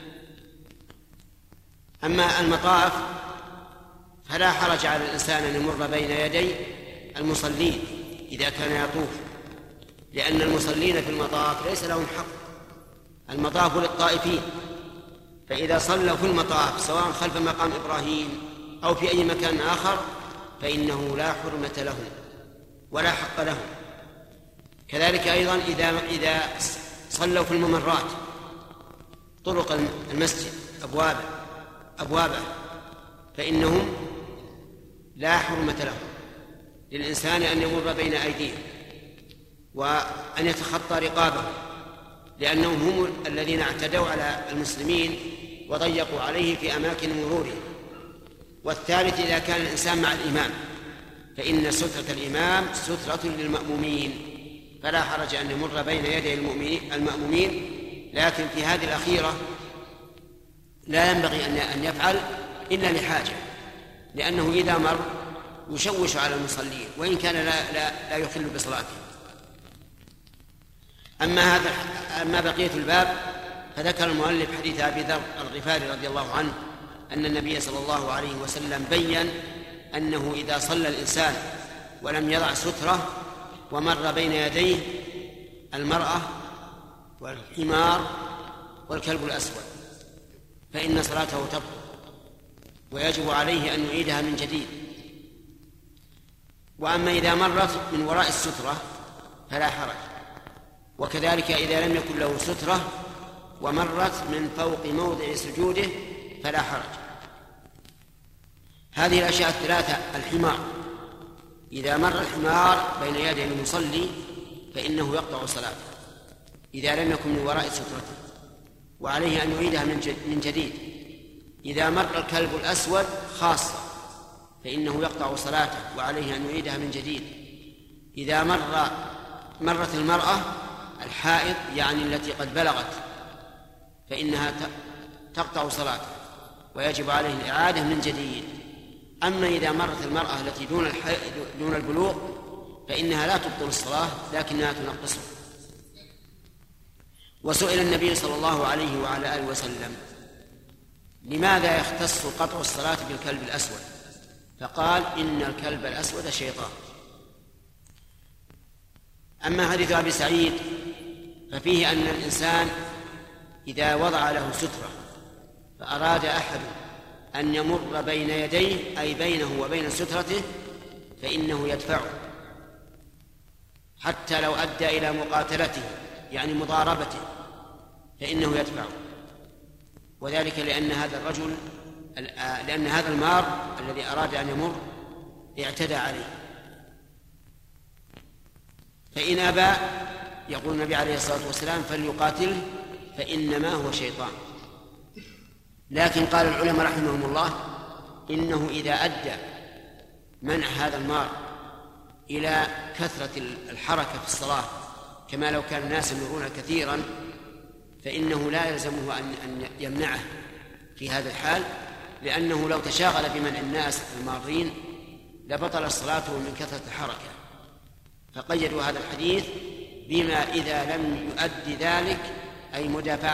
أما المطاف فلا حرج على الإنسان أن يمر بين يدي المصلين إذا كان يطوف، لأن المصلين في المطاف ليس لهم حق، المطاف للطائفين، فإذا صلوا في المطاف سواء خلف مقام إبراهيم أو في أي مكان آخر فإنه لا حرمة لهم ولا حق لهم. كذلك أيضا إذا صلوا في الممرات، طرق المسجد أبوابه، فإنهم لا حرمة لهم للإنسان أن يمر بين أيديهم وأن يتخطى رقابهم، لأنهم هم الذين اعتدوا على المسلمين وضيقوا عليه في أماكن مرورهم. والثالث: إذا كان الإنسان مع الإمام فإن سترة الإمام سترة للمأمومين، فلا حرج أن يمر بين يدي المأمومين. لكن في هذه الأخيرة لا ينبغي أن يفعل إلا لحاجة، لأنه إذا مر يشوش على المصلين وإن كان لا يخل بصلاته. أما بقية الباب فذكر المؤلف حديث أبي ذر الغفاري رضي الله عنه أن النبي صلى الله عليه وسلم بيّن أنه إذا صلى الإنسان ولم يضع سترة ومر بين يديه المرأة والحمار والكلب الأسود فإن صلاته تبطل، ويجب عليه أن يعيدها من جديد. وأما إذا مرت من وراء السترة فلا حرج، وكذلك إذا لم يكن له سترة ومرت من فوق موضع سجوده فلا حرج. هذه الأشياء الثلاثة: الحمار، إذا مر الحمار بين يدي المصلي فإنه يقطع صلاته إذا لم يكن من وراء سترته، وعليه أن يعيدها من جديد. إذا مر الكلب الأسود خاصة فإنه يقطع صلاته وعليه أن يعيدها من جديد. إذا مرت المرأة الحائض يعني التي قد بلغت فإنها تقطع صلاته ويجب عليه الإعادة من جديد. أما إذا مرت المرأة التي دون البلوغ فإنها لا تبطل الصلاة لكنها تنقصها. وسئل النبي صلى الله عليه وعلى آله وسلم لماذا يختص قطع الصلاة بالكلب الأسود؟ فقال إن الكلب الأسود شيطان. أما حديث أبي سعيد ففيه أن الإنسان إذا وضع له سترة فأراد أحد أن يمر بين يديه أي بينه وبين سترته فإنه يدفعه حتى لو أدى إلى مقاتلته يعني مضاربته فإنه يدفعه، وذلك لأن هذا المار الذي أراد أن يمر اعتدى عليه. فإن أبى يقول النبي عليه الصلاة والسلام فليقاتله فإنما هو شيطان. لكن قال العلماء رحمهم الله إنه إذا أدى منع هذا المار إلى كثرة الحركة في الصلاة كما لو كان الناس يمرون كثيرا فإنه لا يلزمه أن يمنعه في هذا الحال، لأنه لو تشاغل بمنع الناس المارين لبطل صلاته من كثرة الحركة. فقيدوا هذا الحديث بما إذا لم يؤدي ذلك أي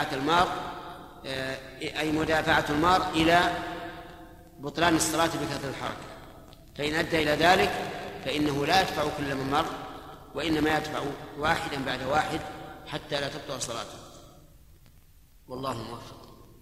مدافعة المار إلى بطلان الصلاة بكثرة الحركة. فإن أدى إلى ذلك فإنه لا يدفع كل من مر، وإنما يدفع واحدا بعد واحد حتى لا تبطل صلاته. والله موفق.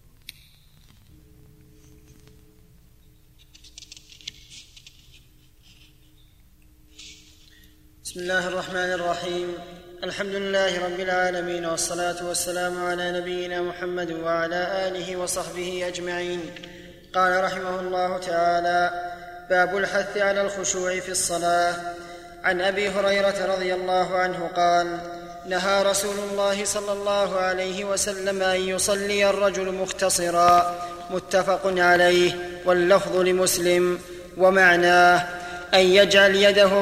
بسم الله الرحمن الرحيم. الحمد لله رب العالمين، والصلاة والسلام على نبينا محمد وعلى آله وصحبه أجمعين. قال رحمه الله تعالى: باب الحث على الخشوع في الصلاة. عن أبي هريرة رضي الله عنه قال: نهى رسول الله صلى الله عليه وسلم أن يصلي الرجل مختصرا. متفق عليه، واللفظ لمسلم. ومعناه أن يجعل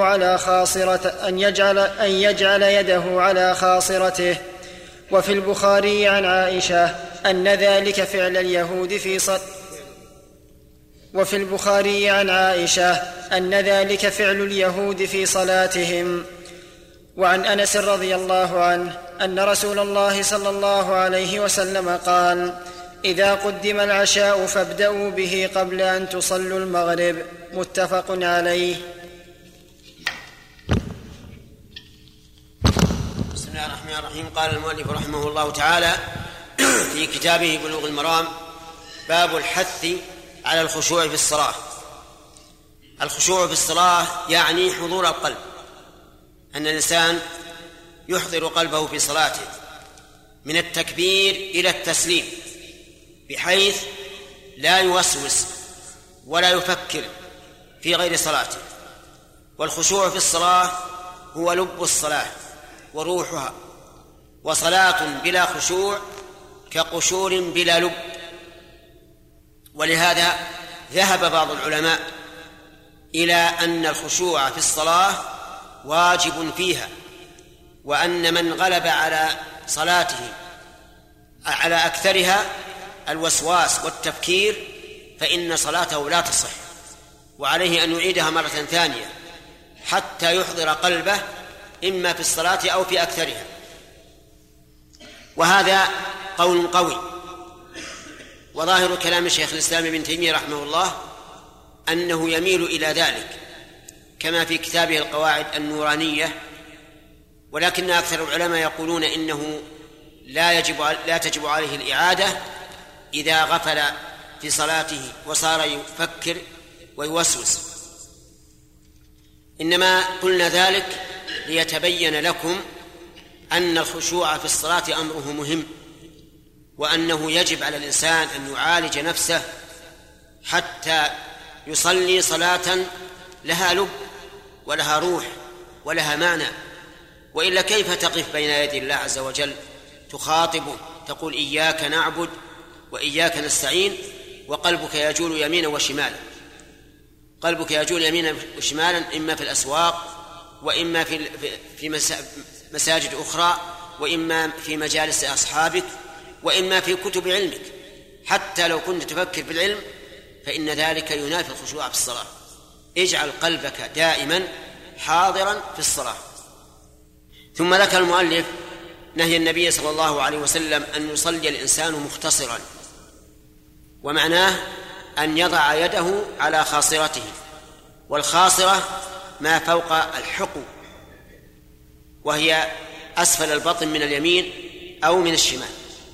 يده على خاصرته. وفي البخاري عن عائشة أن ذلك فعل اليهود في صلاتهم. وعن أنس رضي الله عنه أن رسول الله صلى الله عليه وسلم قال: إذا قدم العشاء فابدأوا به قبل أن تصلوا المغرب. متفق عليه.
بسم الله الرحمن الرحيم. قال المؤلف رحمه الله تعالى في كتابه بلوغ المرام: باب الحث على الخشوع في الصلاة. الخشوع في الصلاة يعني حضور القلب، أن الإنسان يحضر قلبه في صلاته من التكبير إلى التسليم بحيث لا يوسوس ولا يفكر في غير صلاته. والخشوع في الصلاة هو لب الصلاة وروحها، وصلاة بلا خشوع كقشور بلا لب. ولهذا ذهب بعض العلماء إلى أن الخشوع في الصلاة واجب فيها، وأن من غلب على صلاته على أكثرها الوسواس والتفكير فإن صلاته لا تصح، وعليه أن يعيدها مرة ثانية حتى يحضر قلبه إما في الصلاة أو في أكثرها. وهذا قول قوي، وظاهر كلام شيخ الإسلام ابن تيمية رحمه الله أنه يميل إلى ذلك كما في كتابه القواعد النورانية. ولكن أكثر العلماء يقولون إنه لا تجب عليه الإعادة إذا غفل في صلاته وصار يفكر ويوسوس. إنما قلنا ذلك ليتبين لكم أن الخشوع في الصلاة أمره مهم، وأنه يجب على الإنسان أن يعالج نفسه حتى يصلي صلاة لها لب ولها روح ولها معنى. وإلا كيف تقف بين يدي الله عز وجل تخاطبه تقول إياك نعبد وإياك نستعين وقلبك يجول يمينا وشمالا؟ قلبك يجول يمينا وشمالا إما في الأسواق، وإما في مساجد أخرى، وإما في مجالس أصحابك، وإما في كتب علمك. حتى لو كنت تفكر في العلم فإن ذلك ينافي الخشوع في الصلاة. اجعل قلبك دائما حاضرا في الصلاة. ثم ذكر المؤلف نهي النبي صلى الله عليه وسلم أن يصلي الإنسان مختصرا، ومعناه أن يضع يده على خاصرته، والخاصرة ما فوق الحقو، وهي أسفل البطن من اليمين أو من الشمال.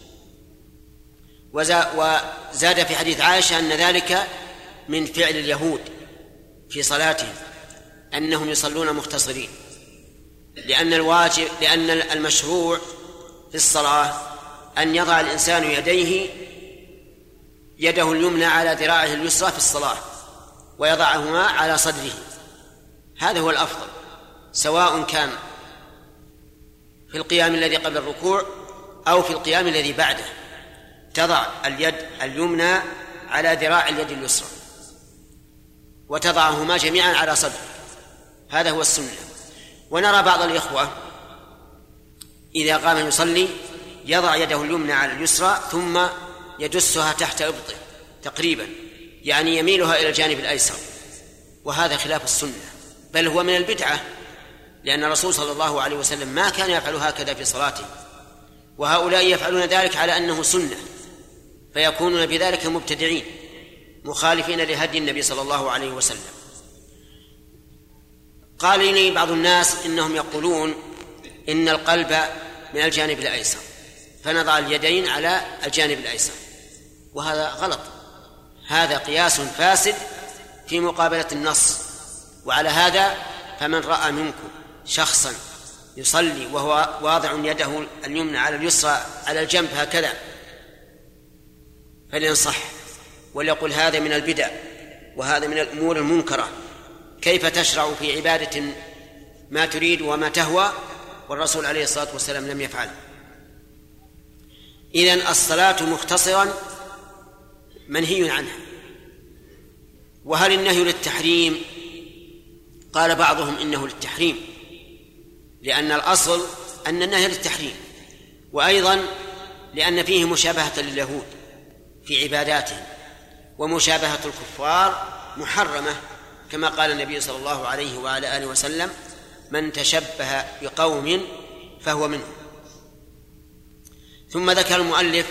وزاد في حديث عائشة أن ذلك من فعل اليهود في صلاتهم، أنهم يصلون مختصرين، لأن المشروع في الصلاة أن يضع الإنسان يده اليمنى على ذراعه اليسرى في الصلاة، ويضعهما على صدره. هذا هو الأفضل، سواء كان في القيام الذي قبل الركوع أو في القيام الذي بعده، تضع اليد اليمنى على ذراع اليد اليسرى وتضعهما جميعا على صدره، هذا هو السنة. ونرى بعض الإخوة إذا قام يصلي يضع يده اليمنى على اليسرى ثم يدسها تحت إبطه تقريبا، يعني يميلها إلى الجانب الأيسر، وهذا خلاف السنة، بل هو من البدعة، لأن الرسول صلى الله عليه وسلم ما كان يفعل هكذا في صلاته، وهؤلاء يفعلون ذلك على أنه سنة، فيكونون بذلك مبتدعين مخالفين لهدي النبي صلى الله عليه وسلم. قال لي بعض الناس إنهم يقولون إن القلب من الجانب الأيسر، فنضع اليدين على الجانب الأيسر، وهذا غلط، هذا قياس فاسد في مقابلة النص. وعلى هذا فمن رأى منكم شخصا يصلي وهو واضع يده اليمنى على اليسرى على الجنب هكذا فلينصح وليقول هذا من البدع وهذا من الأمور المنكرة، كيف تشرع في عبادة ما تريد وما تهوى والرسول عليه الصلاة والسلام لم يفعل. إذن الصلاة مختصرا منهي عنها. وهل النهي للتحريم؟ قال بعضهم إنه للتحريم، لأن الأصل أن النهي للتحريم، وأيضا لأن فيه مشابهة لليهود في عباداتهم، ومشابهة الكفار محرمة، كما قال النبي صلى الله عليه وعلى آله وسلم: من تشبه بقوم فهو منهم. ثم ذكر المؤلف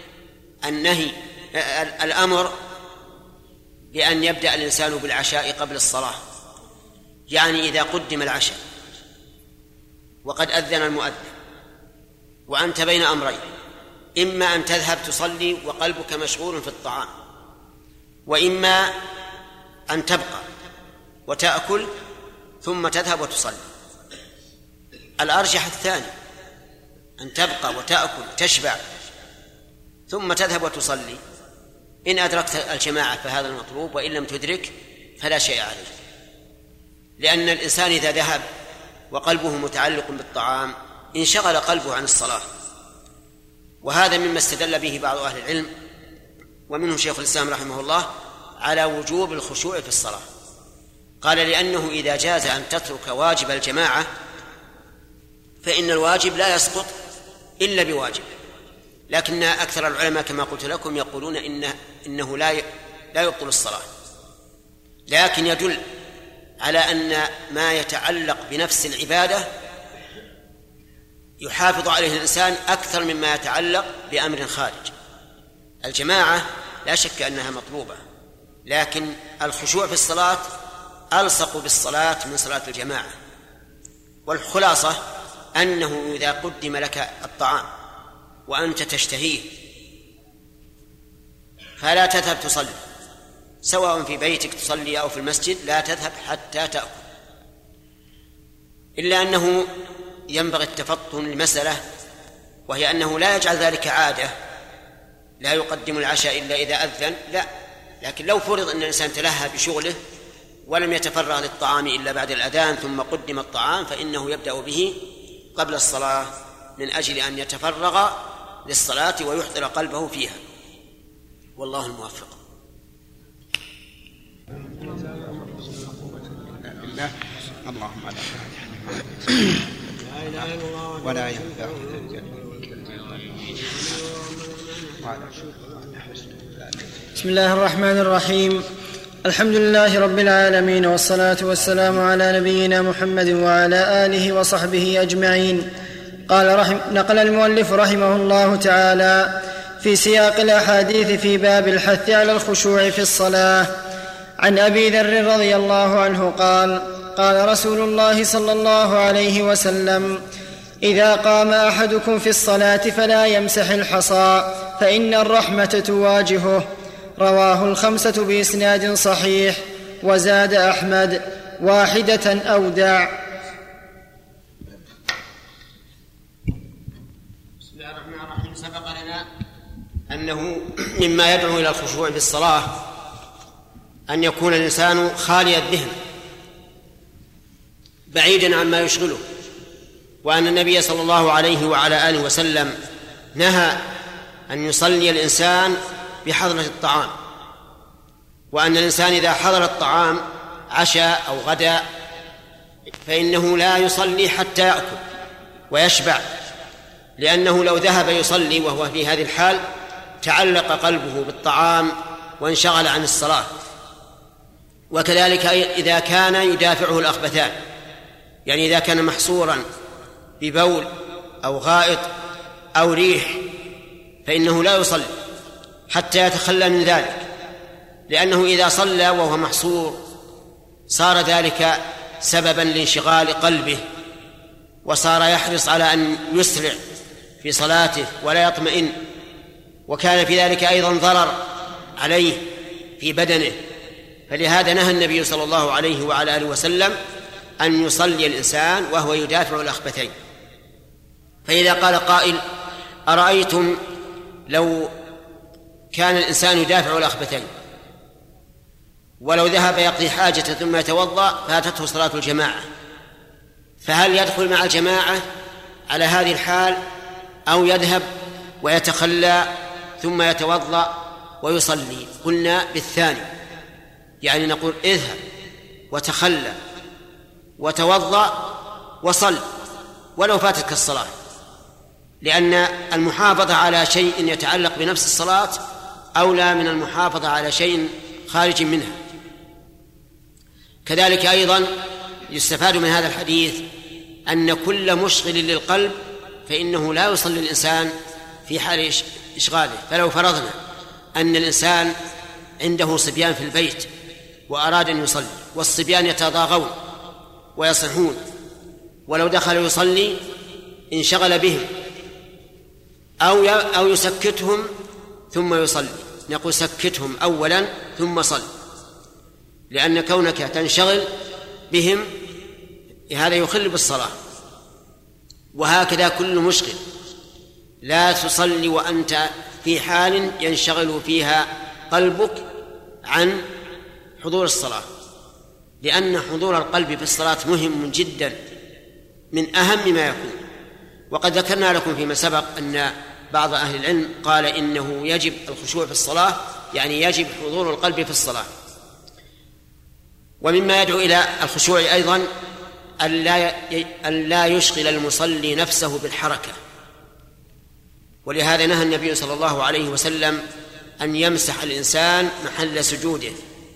الأمر بأن يبدأ الإنسان بالعشاء قبل الصلاة، يعني إذا قدم العشاء وقد أذن المؤذن وأنت بين أمرين: إما أن تذهب تصلي وقلبك مشغول في الطعام، وإما أن تبقى وتأكل ثم تذهب وتصلي. الأرجح الثاني، أن تبقى وتأكل تشبع ثم تذهب وتصلي. إن أدركت الجماعة فهذا المطلوب، وإن لم تدرك فلا شيء عليه، لأن الإنسان إذا ذهب وقلبه متعلق بالطعام انشغل قلبه عن الصلاة. وهذا مما استدل به بعض أهل العلم ومنه شيخ الإسلام رحمه الله على وجوب الخشوع في الصلاة. قال: لأنه إذا جاز أن تترك واجب الجماعة فإن الواجب لا يسقط إلا بواجب، لكن أكثر العلماء كما قلت لكم يقولون إنه لا يبطل الصلاة، لكن يدل على أن ما يتعلق بنفس العبادة يحافظ عليه الإنسان أكثر مما يتعلق بأمر خارج. الجماعة لا شك أنها مطلوبة، لكن الخشوع في الصلاة ألصق بالصلاة من صلاة الجماعة. والخلاصة أنه إذا قدم لك الطعام وأنت تشتهيه فلا تذهب تصلي، سواء في بيتك تصلي أو في المسجد، لا تذهب حتى تأكل، إلا أنه ينبغي التفطن لمسألة، وهي أنه لا يجعل ذلك عادة، لا يقدم العشاء إلا إذا أذن، لا، لكن لو فرض أن الإنسان تلهى بشغله ولم يتفرغ للطعام إلا بعد الأذان ثم قدم الطعام فإنه يبدأ به قبل الصلاة من أجل أن يتفرغ للصلاة ويحضر قلبه فيها، والله الموفق.
اللهم لا اله الا الله ولا ينفع
بسم الله الرحمن الرحيم. الحمد لله رب العالمين، والصلاة والسلام على نبينا محمد وعلى آله وصحبه أجمعين. نقل المؤلف رحمه الله تعالى في سياق الأحاديث في باب الحث على الخشوع في الصلاة. عن أبي ذر رضي الله عنه قال: قال رسول الله صلى الله عليه وسلم: إذا قام أحدكم في الصلاة فلا يمسح الحصى فإن الرحمة تواجهه. رواه الخمسة بإسناد صحيح. وزاد أحمد: واحدة أودع.
بسم الله الرحمن الرحيم. سبق لنا أنه مما يدعو إلى الخشوع في الصلاة أن يكون الإنسان خالي الذهن بعيدا عما يشغله، وأن النبي صلى الله عليه وعلى آله وسلم نهى أن يصلي الإنسان بحضرة الطعام، وأن الإنسان إذا حضر الطعام عشاء أو غداء فإنه لا يصلي حتى يأكل ويشبع، لأنه لو ذهب يصلي وهو في هذه الحال تعلق قلبه بالطعام وانشغل عن الصلاة. وكذلك إذا كان يدافعه الأخبثان، يعني إذا كان محصورا ببول أو غائط أو ريح فإنه لا يصلي حتى يتخلى من ذلك، لأنه إذا صلى وهو محصور صار ذلك سببا لانشغال قلبه، وصار يحرص على أن يسرع في صلاته ولا يطمئن، وكان في ذلك أيضا ضرر عليه في بدنه. فلهذا نهى النبي صلى الله عليه وعلى آله وسلم أن يصلي الإنسان وهو يدافع الأخبثين. فإذا قال قائل: أرأيتم لو كان الإنسان يدافع الأخبثين ولو ذهب يقضي حاجة ثم يتوضأ فاتته صلاة الجماعة، فهل يدخل مع الجماعة على هذه الحال أو يذهب ويتخلى ثم يتوضأ ويصلي؟ قلنا بالثاني، يعني نقول اذهب وتخلى وتوضأ وصل ولو فاتتك الصلاة، لأن المحافظة على شيء يتعلق بنفس الصلاة أولى من المحافظة على شيء خارج منها. كذلك أيضا يستفاد من هذا الحديث أن كل مشغل للقلب فإنه لا يصلي الإنسان في حال إشغاله. فلو فرضنا أن الإنسان عنده صبيان في البيت وأراد أن يصلي، والصبيان يتضاغون ويصيحون، ولو دخل يصلي انشغل بهم أو يسكتهم ثم يصلي، نقول سكتهم أولا ثم صل، لأن كونك تنشغل بهم هذا يخل بالصلاة. وهكذا كل مشغل، لا تصلي وأنت في حال ينشغل فيها قلبك عن حضور الصلاة، لأن حضور القلب في الصلاة مهم جدا، من أهم ما يكون. وقد ذكرنا لكم فيما سبق أن بعض أهل العلم قال إنه يجب الخشوع في الصلاة، يعني يجب حضور القلب في الصلاة. ومما يدعو إلى الخشوع أيضا أن لا يشغل المصلي نفسه بالحركة، ولهذا نهى النبي صلى الله عليه وسلم أن يمسح الإنسان محل سجوده،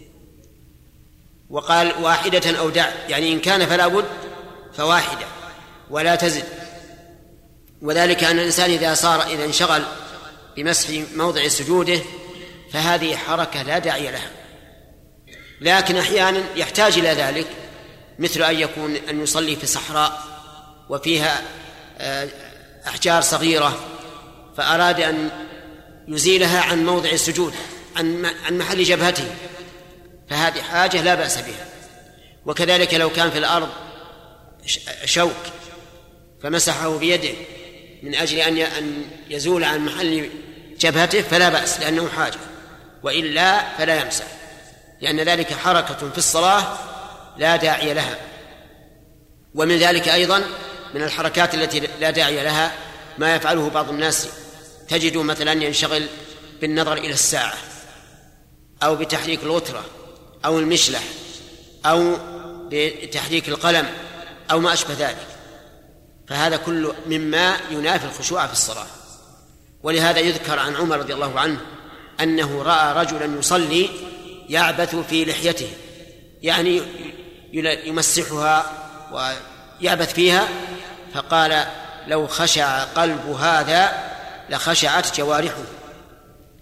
وقال: واحدة أو دع، يعني إن كان فلا بد فواحدة ولا تزد. وذلك أن الإنسان إذا انشغل بمسح موضع سجوده فهذه حركة لا داعي لها، لكن أحيانا يحتاج إلى ذلك، مثل أن يصلي في صحراء وفيها أحجار صغيرة فأراد أن يزيلها عن موضع السجود، عن محل جبهته، فهذه حاجة لا بأس بها. وكذلك لو كان في الأرض شوك فمسحه بيده من أجل أن يزول عن محل جبهته فلا بأس، لأنه حاجة، وإلا فلا يمسح، لأن ذلك حركة في الصلاة لا داعي لها. ومن ذلك أيضا من الحركات التي لا داعي لها ما يفعله بعض الناس، تجد مثلا ينشغل بالنظر إلى الساعة أو بتحريك الوترة أو المشلح أو بتحريك القلم أو ما أشبه ذلك، فهذا كله مما ينافي الخشوع في الصلاة. ولهذا يذكر عن عمر رضي الله عنه أنه رأى رجلا يصلي يعبث في لحيته، يعني يمسحها ويعبث فيها، فقال: لو خشع قلب هذا لخشعت جوارحه،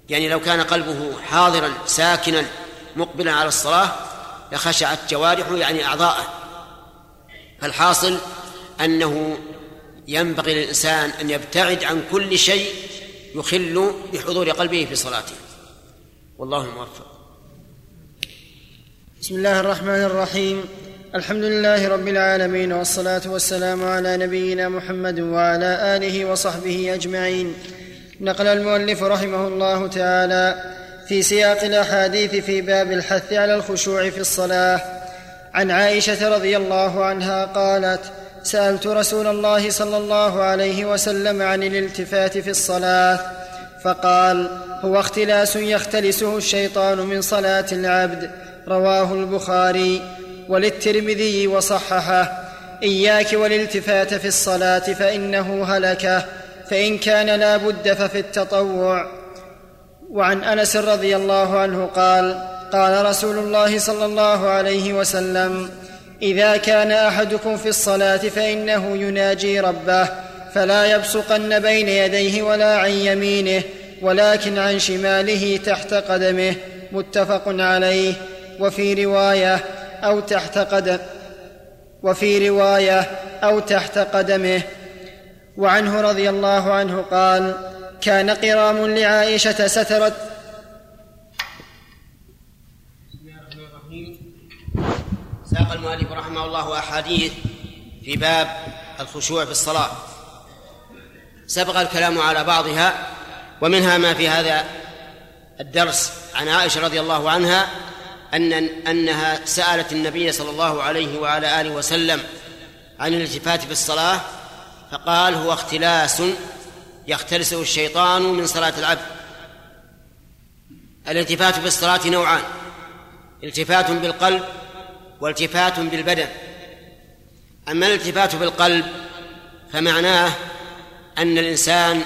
يعني لو كان قلبه حاضرا ساكنا مقبلا على الصلاة لخشعت جوارحه يعني أعضاءه. فالحاصل أنه ينبغي للإنسان أن يبتعد عن كل شيء يخل بحضور قلبه في صلاته، والله الموفق.
بسم الله الرحمن الرحيم. الحمد لله رب العالمين، والصلاة والسلام على نبينا محمد وعلى آله وصحبه أجمعين. نقل المؤلف رحمه الله تعالى في سياق الأحاديث في باب الحث على الخشوع في الصلاة عن عائشة رضي الله عنها قالت: سألت رسول الله صلى الله عليه وسلم عن الالتفات في الصلاة فقال: هو اختلاس يختلسه الشيطان من صلاة العبد. رواه البخاري. وللترمذي وصححه: إياك والالتفات في الصلاة فإنه هلكة، فإن كان لا بد ففي التطوع. وعن أنس رضي الله عنه قال: قال رسول الله صلى الله عليه وسلم: إذا كان أحدكم في الصلاة فإنه يناجي ربه فلا يبصقن بين يديه ولا عن يمينه ولكن عن شماله تحت قدمه. متفق عليه. وفي رواية أو تحت قدمه. وعنه رضي الله عنه قال: كان قرام لعائشة سترت.
ساق المؤلف رحمه الله أحاديث في باب الخشوع في الصلاة، سبق الكلام على بعضها، ومنها ما في هذا الدرس عن عائشة رضي الله عنها أنها سألت النبي صلى الله عليه وعلى آله وسلم عن الالتفات في الصلاة فقال: هو اختلاس يختلسه الشيطان من صلاة العبد. الالتفات في الصلاة نوعان: التفات بالقلب والتفات بالبدن. أما الالتفات بالقلب فمعناه أن الإنسان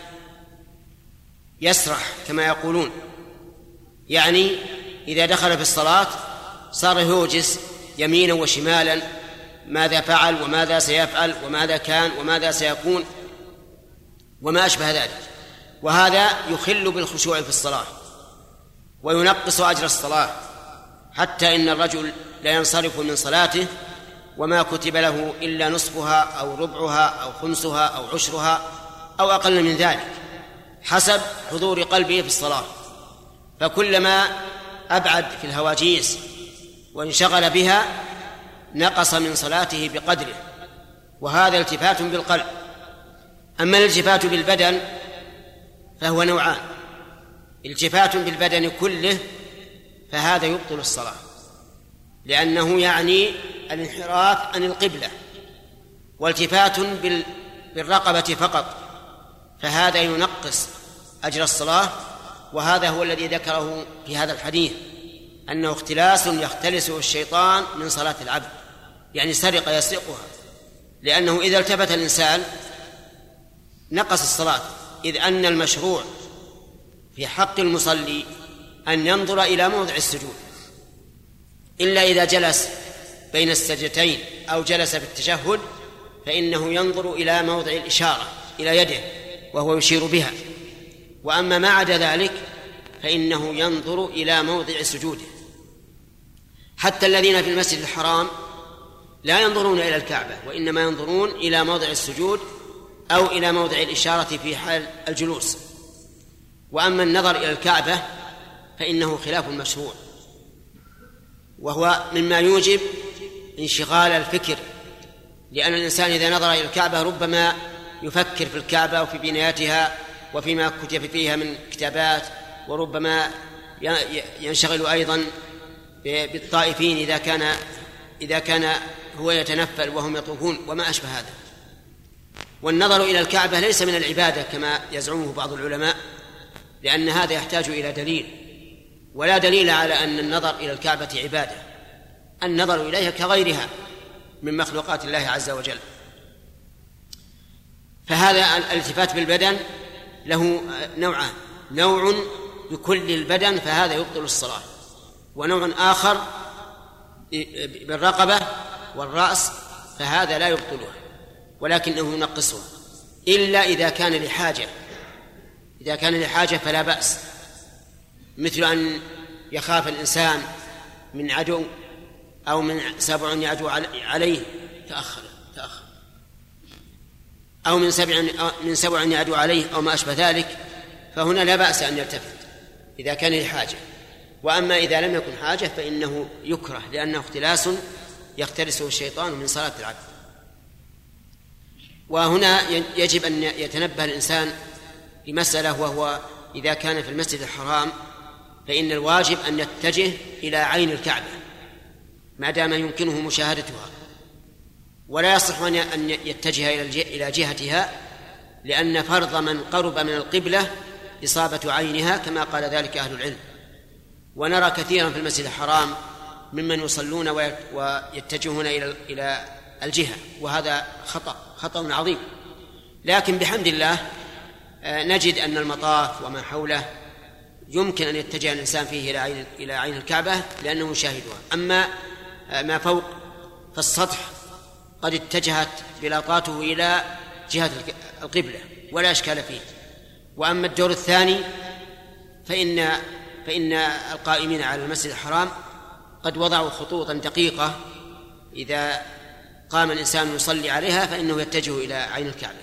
يسرح كما يقولون، يعني إذا دخل في الصلاة صار يوجس يمينا وشمالا ماذا فعل وماذا سيفعل وماذا كان وماذا سيكون وما أشبه ذلك، وهذا يخل بالخشوع في الصلاة وينقص أجر الصلاة، حتى إن الرجل لا ينصرف من صلاته وما كتب له إلا نصفها أو ربعها أو خمسها أو عشرها أو أقل من ذلك حسب حضور قلبه في الصلاة. فكلما أبعد في الهواجيس وانشغل بها نقص من صلاته بقدره، وهذا التفات بالقلب. أما الالتفات بالبدن فهو نوعان: التفات بالبدن كله فهذا يبطل الصلاة، لأنه يعني الانحراف عن القبلة، والتفات بالرقبة فقط فهذا ينقص أجر الصلاة، وهذا هو الذي ذكره في هذا الحديث أنه اختلاس يختلسه الشيطان من صلاة العبد، يعني سرقة يسرقها، لأنه إذا التفت الإنسان نقص الصلاة، إذ أن المشروع في حق المصلي أن ينظر إلى موضع السجود، إلا إذا جلس بين السجدتين أو جلس في التشهد فإنه ينظر إلى موضع الإشارة إلى يده وهو يشير بها، وأما ما عدا ذلك فإنه ينظر إلى موضع سجوده. حتى الذين في المسجد الحرام لا ينظرون إلى الكعبة، وإنما ينظرون إلى موضع السجود أو إلى موضع الإشارة في حال الجلوس. وأما النظر إلى الكعبة فإنه خلاف المشروع، وهو مما يوجب انشغال الفكر، لأن الإنسان إذا نظر إلى الكعبة ربما يفكر في الكعبة وفي بنايتها وفيما كتب فيها من كتابات، وربما ينشغل أيضا بالطائفين إذا كان هو يتنفل وهم يطوفون وما أشبه هذا. والنظر إلى الكعبة ليس من العبادة كما يزعمه بعض العلماء، لأن هذا يحتاج إلى دليل، ولا دليل على أن النظر إلى الكعبة عبادة. النظر إليها كغيرها من مخلوقات الله عز وجل. فهذا الالتفات بالبدن له نوعان: نوع بكل البدن فهذا يبطل الصلاة، ونوع آخر بالرقبة والرأس فهذا لا يبطلها ولكنه ينقصها، إلا إذا كان لحاجة. إذا كان لحاجة فلا بأس، مثل أن يخاف الإنسان من عدو أو من سبع يعدو عليه تأخر أو من سبع يعدو عليه أو ما أشبه ذلك، فهنا لا بأس أن يلتفت إذا كان لحاجة. وأما إذا لم يكن حاجة فإنه يكره، لأنه اختلاس يختلسه الشيطان من صلاة العبد. وهنا يجب أن يتنبه الإنسان لمسألة، وهو إذا كان في المسجد الحرام فإن الواجب أن يتجه إلى عين الكعبة ما دام يمكنه مشاهدتها، ولا يصح أن يتجه إلى جهتها، لأن فرض من قرب من القبلة إصابة عينها كما قال ذلك أهل العلم. ونرى كثيرا في المسجد الحرام ممن يصلون ويتجهون إلى الجهة، وهذا خطأ عظيم. لكن بحمد الله نجد أن المطاف وما حوله يمكن أن يتجه الإنسان فيه إلى عين الكعبة لأنه يشاهدها. أما ما فوق فالسطح قد اتجهت بلاطاته إلى جهة القبلة ولا إشكال فيه. وأما الدور الثاني فإن القائمين على المسجد الحرام قد وضعوا خطوطا دقيقة إذا قام الإنسان يصلي عليها فإنه يتجه إلى عين الكعبة.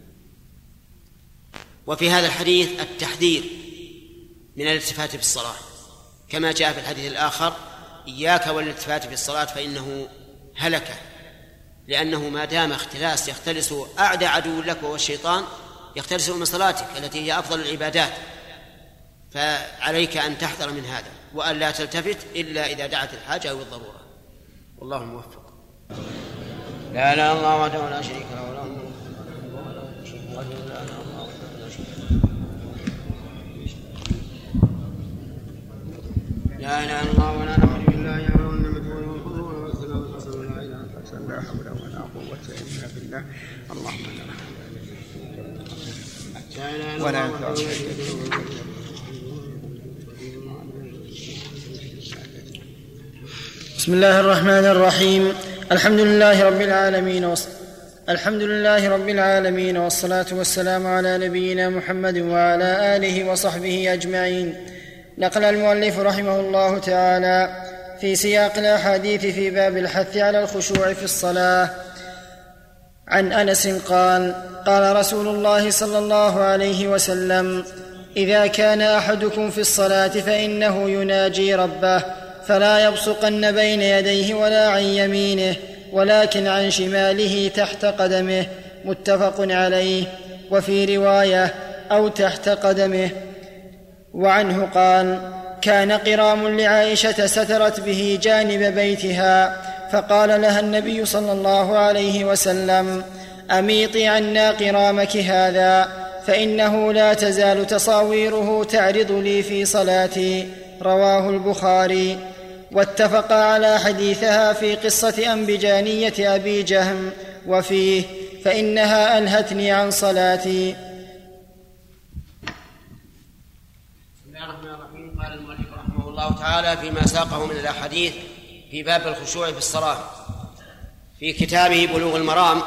وفي هذا الحديث التحذير من الالتفات في الصلاة، كما جاء في الحديث الآخر: إياك والالتفات في الصلاة فإنه هلكة، لأنه ما دام اختلاس يختلس أعدى عدو لك وهو الشيطان يختلس من صلاتك التي هي أفضل العبادات، فعليك أن تحذر من هذا وأن لا تلتفت إلا إذا دعت الحاجة أو الضرورة. والله موفق. لا إله إلا الله وحده لا شريك له وله الملك وله الحمد لا إله إلا الله ولا نعوذ بالله يا رب النعمة والفضل والسلام والحسن لا إله إلا الله لا حول ولا قوة إلا بالله. اللهم لا ولا
بسم الله الرحمن الرحيم. الحمد لله رب العالمين والصلاة والسلام على نبينا محمد وعلى آله وصحبه أجمعين. نقل المؤلف رحمه الله تعالى في سياق الأحاديث في باب الحث على الخشوع في الصلاة عن أنس قال: قال رسول الله صلى الله عليه وسلم: إذا كان أحدكم في الصلاة فإنه يناجي ربه فلا يبصقن بين يديه ولا عن يمينه ولكن عن شماله تحت قدمه. متفق عليه. وفي رواية: أو تحت قدمه. وعنه قال: كان قرام لعائشة سترت به جانب بيتها، فقال لها النبي صلى الله عليه وسلم: أميطي عنا قرامك هذا، فإنه لا تزال تصاويره تعرض لي في صلاتي. رواه البخاري. واتفق على حديثها في قصة أنبجانية أبي جهم، وفيه: فإنها ألهتني عن صلاتي.
قال المؤلف رحمه الله تعالى فيما ساقه من الأحاديث في باب الخشوع في الصلاة في كتابه بلوغ المرام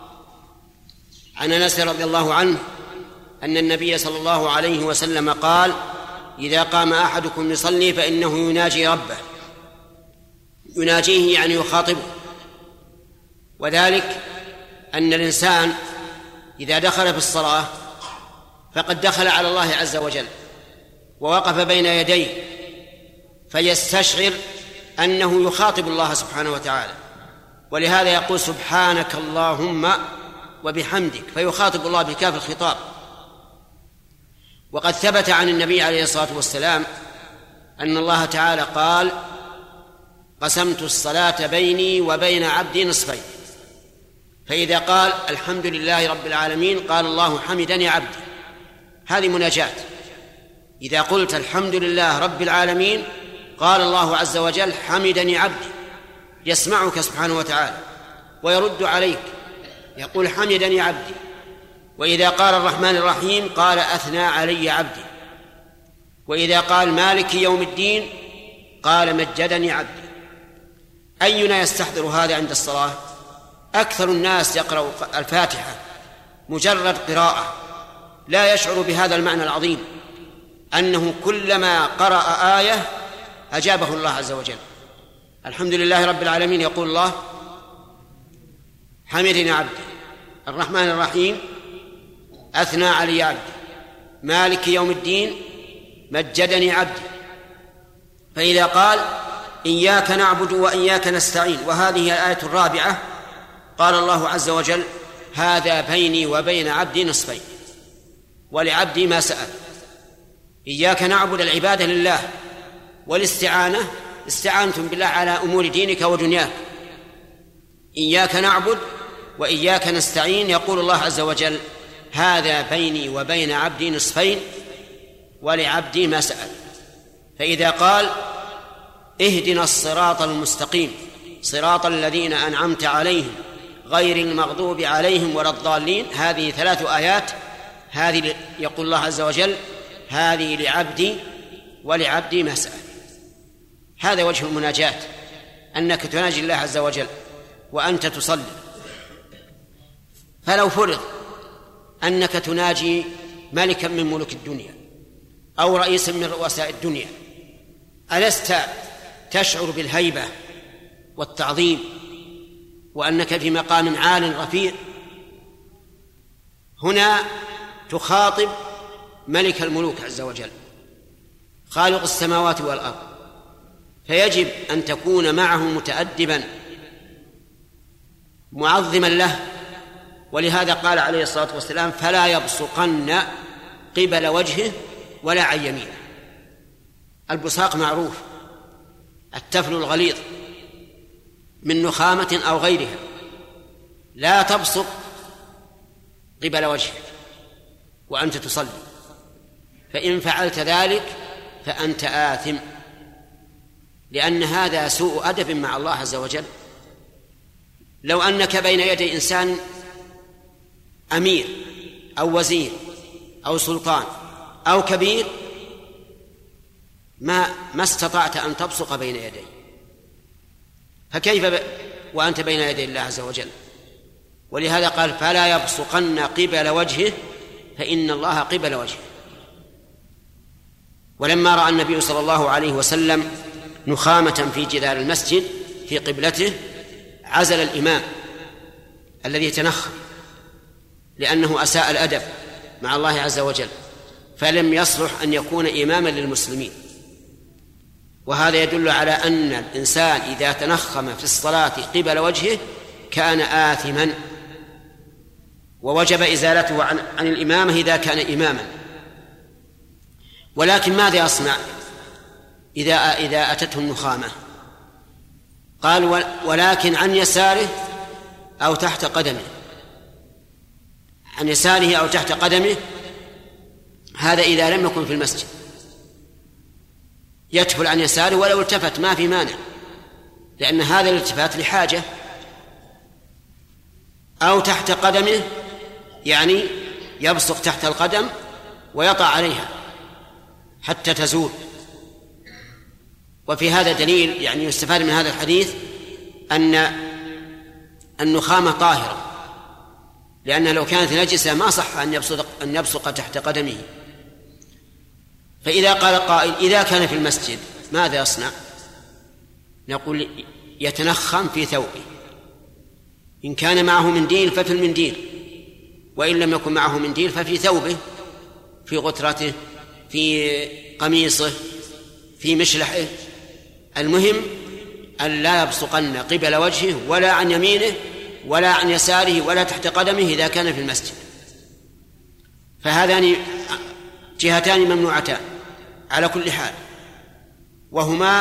عن أنس رضي الله عنه أن النبي صلى الله عليه وسلم قال: إذا قام أحدكم يصلي فإنه يناجي ربه. يناجيه يعني يخاطبه، وذلك أن الإنسان إذا دخل في الصلاة فقد دخل على الله عز وجل ووقف بين يديه، فيستشعر أنه يخاطب الله سبحانه وتعالى، ولهذا يقول: سبحانك اللهم وبحمدك، فيخاطب الله بكاف الخطاب. وقد ثبت عن النبي عليه الصلاة والسلام أن الله تعالى قال: قسمت الصلاة بيني وبين عبدي نصفين، فإذا قال الحمد لله رب العالمين قال الله حمدني عبدي، هذه مناجاة. إذا قلت الحمد لله رب العالمين قال الله عز وجل حمدني عبدي، يسمعك سبحانه وتعالى ويرد عليك، يقول حمدني عبدي. وإذا قال الرحمن الرحيم قال أثنى علي عبدي. وإذا قال مالك يوم الدين قال مجدني عبدي. أينا يستحضر هذا عند الصلاة؟ أكثر الناس يقرأ الفاتحة مجرد قراءة، لا يشعر بهذا المعنى العظيم، أنه كلما قرأ آية أجابه الله عز وجل. الحمد لله رب العالمين يقول الله حمدني عبدي، الرحمن الرحيم أثنى علي عبدي، مالك يوم الدين مجدني عبدي. فإذا قال إياك نعبد وإياك نستعين، وهذه الآية الرابعة، قال الله عز وجل هذا بيني وبين عبدي نصفين ولعبدي ما سأل. إياك نعبد العبادة لله، والاستعانة استعانتم بالله على أمور دينك ودنياك. إياك نعبد وإياك نستعين، يقول الله عز وجل هذا بيني وبين عبدي نصفين ولعبدي ما سأل. فإذا قال اهدنا الصراط المستقيم صراط الذين أنعمت عليهم غير المغضوب عليهم ولا الضالين، هذه 3 آيات، هذه يقول الله عز وجل هذه لعبدي ولعبدي ما سأل. هذا وجه المناجاة، أنك تناجي الله عز وجل وأنت تصلي. فلو فرض أنك تناجي ملكا من ملوك الدنيا أو رئيسا من رؤساء الدنيا، ألست تشعر بالهيبة والتعظيم وأنك في مقام عال رفيع؟ هنا تخاطب ملك الملوك عز وجل خالق السماوات والأرض، فيجب أن تكون معه متأدبا معظما له. ولهذا قال عليه الصلاة والسلام فلا يبصقن قبل وجهه ولا عن يمينه. البصاق معروف، التفل الغليظ من نخامة أو غيرها، لا تبصق قبل وجهك وأنت تصلي، فإن فعلت ذلك فأنت آثم، لأن هذا سوء أدب مع الله عز وجل. لو أنك بين يدي إنسان أمير أو وزير أو سلطان أو كبير ما استطعت أن تبصق بين يديه، فكيف وأنت بين يدي الله عز وجل؟ ولهذا قال فلا يبصقن قبل وجهه فإن الله قبل وجهه. ولما رأى النبي صلى الله عليه وسلم نخامة في جدار المسجد في قبلته عزل الإمام الذي يتنخم، لأنه أساء الأدب مع الله عز وجل، فلم يصلح أن يكون إماما للمسلمين. وهذا يدل على أن الإنسان إذا تنخم في الصلاة قبل وجهه كان آثما، ووجب إزالته عن الإمامة إذا كان إماما. ولكن ماذا يصنع إذا أتته النخامة؟ قال ولكن عن يساره أو تحت قدمه، عن يساره أو تحت قدمه، هذا إذا لم يكن في المسجد، يتفل عن يساره ولو التفت ما في مانع، لأن هذا الالتفات لحاجة. أو تحت قدمه يعني يبصق تحت القدم ويطع عليها حتى تزول. وفي هذا دليل يعني يستفاد من هذا الحديث أن النخامة طاهرة، لأنها لو كانت نجسة ما صح أن يبصق تحت قدمه. فإذا قال قائل إذا كان في المسجد ماذا يصنع؟ نقول يتنخم في ثوبه، إن كان معه منديل ففي المنديل، وإن لم يكن معه منديل ففي ثوبه، في غترته، في قميصه، في مشلحه. المهم أن لا يبصقن قبل وجهه ولا عن يمينه ولا عن يساره ولا تحت قدمه إذا كان في المسجد. فهذان جهتان ممنوعتان على كل حال، وهما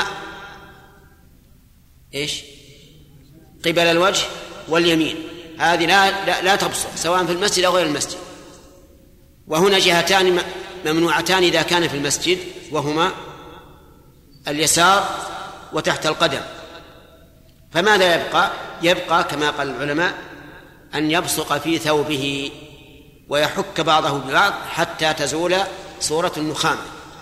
إيش؟ قبل الوجه واليمين، هذه لا تبصق سواء في المسجد أو غير المسجد. وهنا جهتان ممنوعتان إذا كان في المسجد، وهما اليسار وتحت القدم. فماذا يبقى؟ يبقى كما قال العلماء أن يبصق في ثوبه ويحك بعضه ببعض حتى تزول صورة النخامة.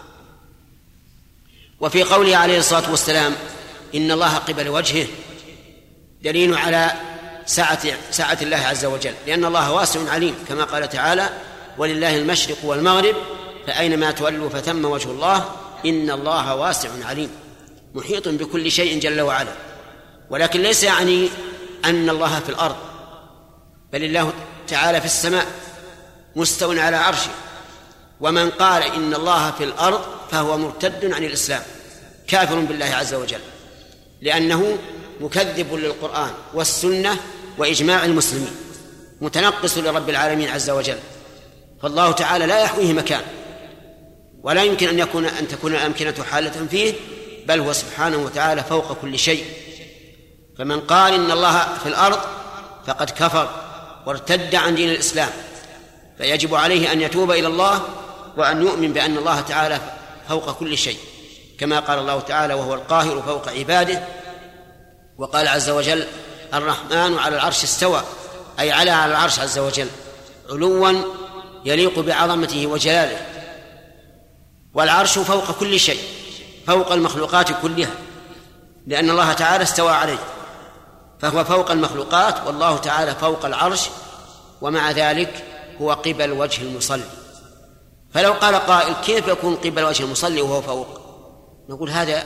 وفي قوله عليه الصلاة والسلام إن الله قبل وجهه دليل على سعة الله عز وجل، لأن الله واسع عليم، كما قال تعالى ولله المشرق والمغرب فأينما تولوا فثم وجه الله إن الله واسع عليم محيط بكل شيء جل وعلا. ولكن ليس يعني أن الله في الأرض، بل الله تعالى في السماء مستو على عرشه. ومن قال إن الله في الأرض فهو مرتد عن الإسلام كافر بالله عز وجل، لأنه مكذب للقرآن والسنة وإجماع المسلمين، متنقص لرب العالمين عز وجل. فالله تعالى لا يحويه مكان، ولا يمكن أن تكون الأمكنة حالة فيه، بل هو سبحانه وتعالى فوق كل شيء. فمن قال إن الله في الأرض فقد كفر وارتد عن دين الإسلام، فيجب عليه أن يتوب إلى الله وأن يؤمن بأن الله تعالى فوق كل شيء، كما قال الله تعالى وهو القاهر فوق عباده. وقال عز وجل الرحمن على العرش استوى، أي على العرش عز وجل علوا يليق بعظمته وجلاله. والعرش فوق كل شيء، فوق المخلوقات كلها، لأن الله تعالى استوى عليه، فهو فوق المخلوقات، والله تعالى فوق العرش، ومع ذلك هو قبل وجه المصلي. فلو قال قائل كيف يكون قبل وجه المصلي وهو فوق؟ نقول هذا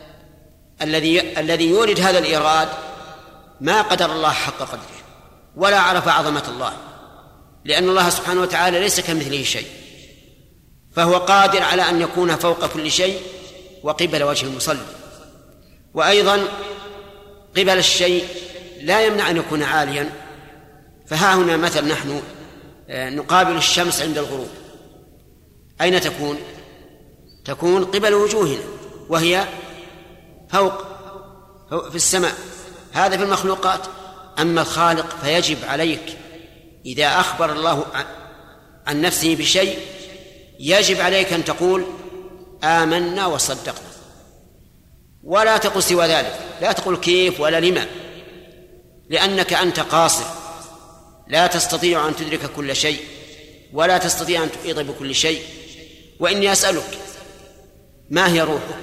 الذي يورد هذا الإيراد ما قدر الله حق قدره ولا عرف عظمة الله، لأن الله سبحانه وتعالى ليس كمثله شيء، فهو قادر على أن يكون فوق كل شيء وقبل وجه المصلي. وأيضا قبل الشيء لا يمنع أن يكون عاليا. فها هنا مثل نحن نقابل الشمس عند الغروب، أين تكون؟ تكون قبل وجوهنا، وهي فوق في السماء. هذا في المخلوقات. أما الخالق فيجب عليك إذا أخبر الله عن نفسه بشيء يجب عليك أن تقول آمنا وصدقنا، ولا تقل سوى ذلك، لا تقل كيف ولا لما، لأنك أنت قاصر لا تستطيع أن تدرك كل شيء ولا تستطيع أن تحيط بكل شيء. وإني أسألك ما هي روحك؟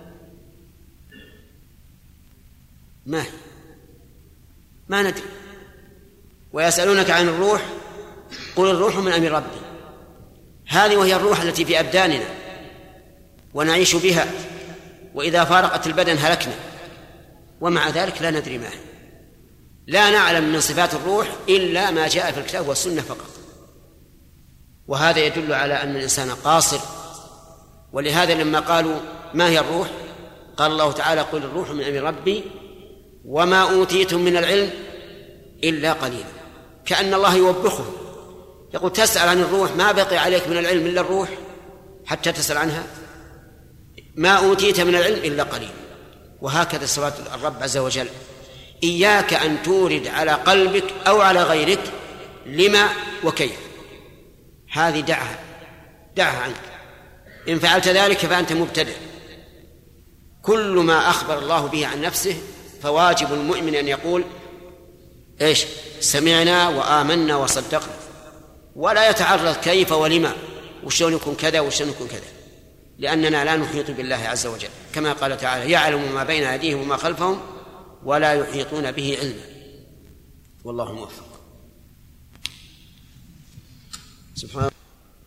ما هي؟ ما ندري. ويسألونك عن الروح قل الروح من أمر ربي. هذه وهي الروح التي في أبداننا ونعيش بها، وإذا فارقت البدن هلكنا، ومع ذلك لا ندري ما هي. لا نعلم من صفات الروح إلا ما جاء في الكتاب والسنة فقط، وهذا يدل على أن الإنسان قاصر. ولهذا لما قالوا ما هي الروح قال الله تعالى قل الروح من أمر ربي وما أوتيتم من العلم إلا قليلا، كأن الله يوبخه يقول تسأل عن الروح، ما بقي عليك من العلم إلا الروح حتى تسأل عنها، ما أوتيت من العلم إلا قليلا. وهكذا صفات الرب عز وجل. إياك أن تورد على قلبك أو على غيرك لما وكيف، هذه دعها عنك. إن فعلت ذلك فأنت مبتدع. كل ما أخبر الله به عن نفسه فواجب المؤمن أن يقول إيش؟ سمعنا وآمنا وصدقنا، ولا يتعرض كيف ولما وشلون يكون كذا وشلون يكون كذا، لأننا لا نحيط بالله عز وجل، كما قال تعالى يعلم ما بين أيديهم وما خلفهم ولا يحيطون به علما. والله موفق. سبحان الله.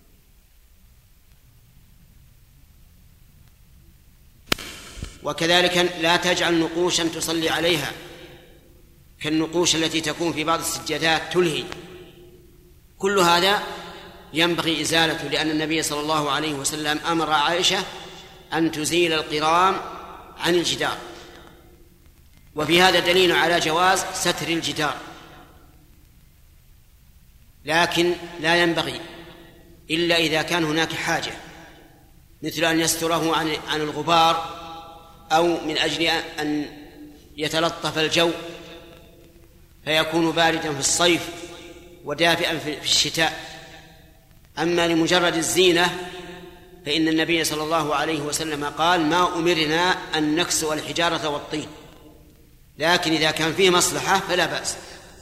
وكذلك لا تجعل نقوشا تصلي عليها كالنقوش التي تكون في بعض السجادات تلهي. كل هذا ينبغي إزالته، لأن النبي صلى الله عليه وسلم أمر عائشة أن تزيل القرام عن الجدار، وفي هذا دليل على جواز ستر الجدار، لكن لا ينبغي إلا إذا كان هناك حاجة، مثل أن يستره عن الغبار، أو من أجل أن يتلطف الجو فيكون باردا في الصيف ودافئا في الشتاء. أما لمجرد الزينة فإن النبي صلى الله عليه وسلم قال ما أمرنا أن نكسو الحجارة والطين، لكن إذا كان فيه مصلحة فلا بأس.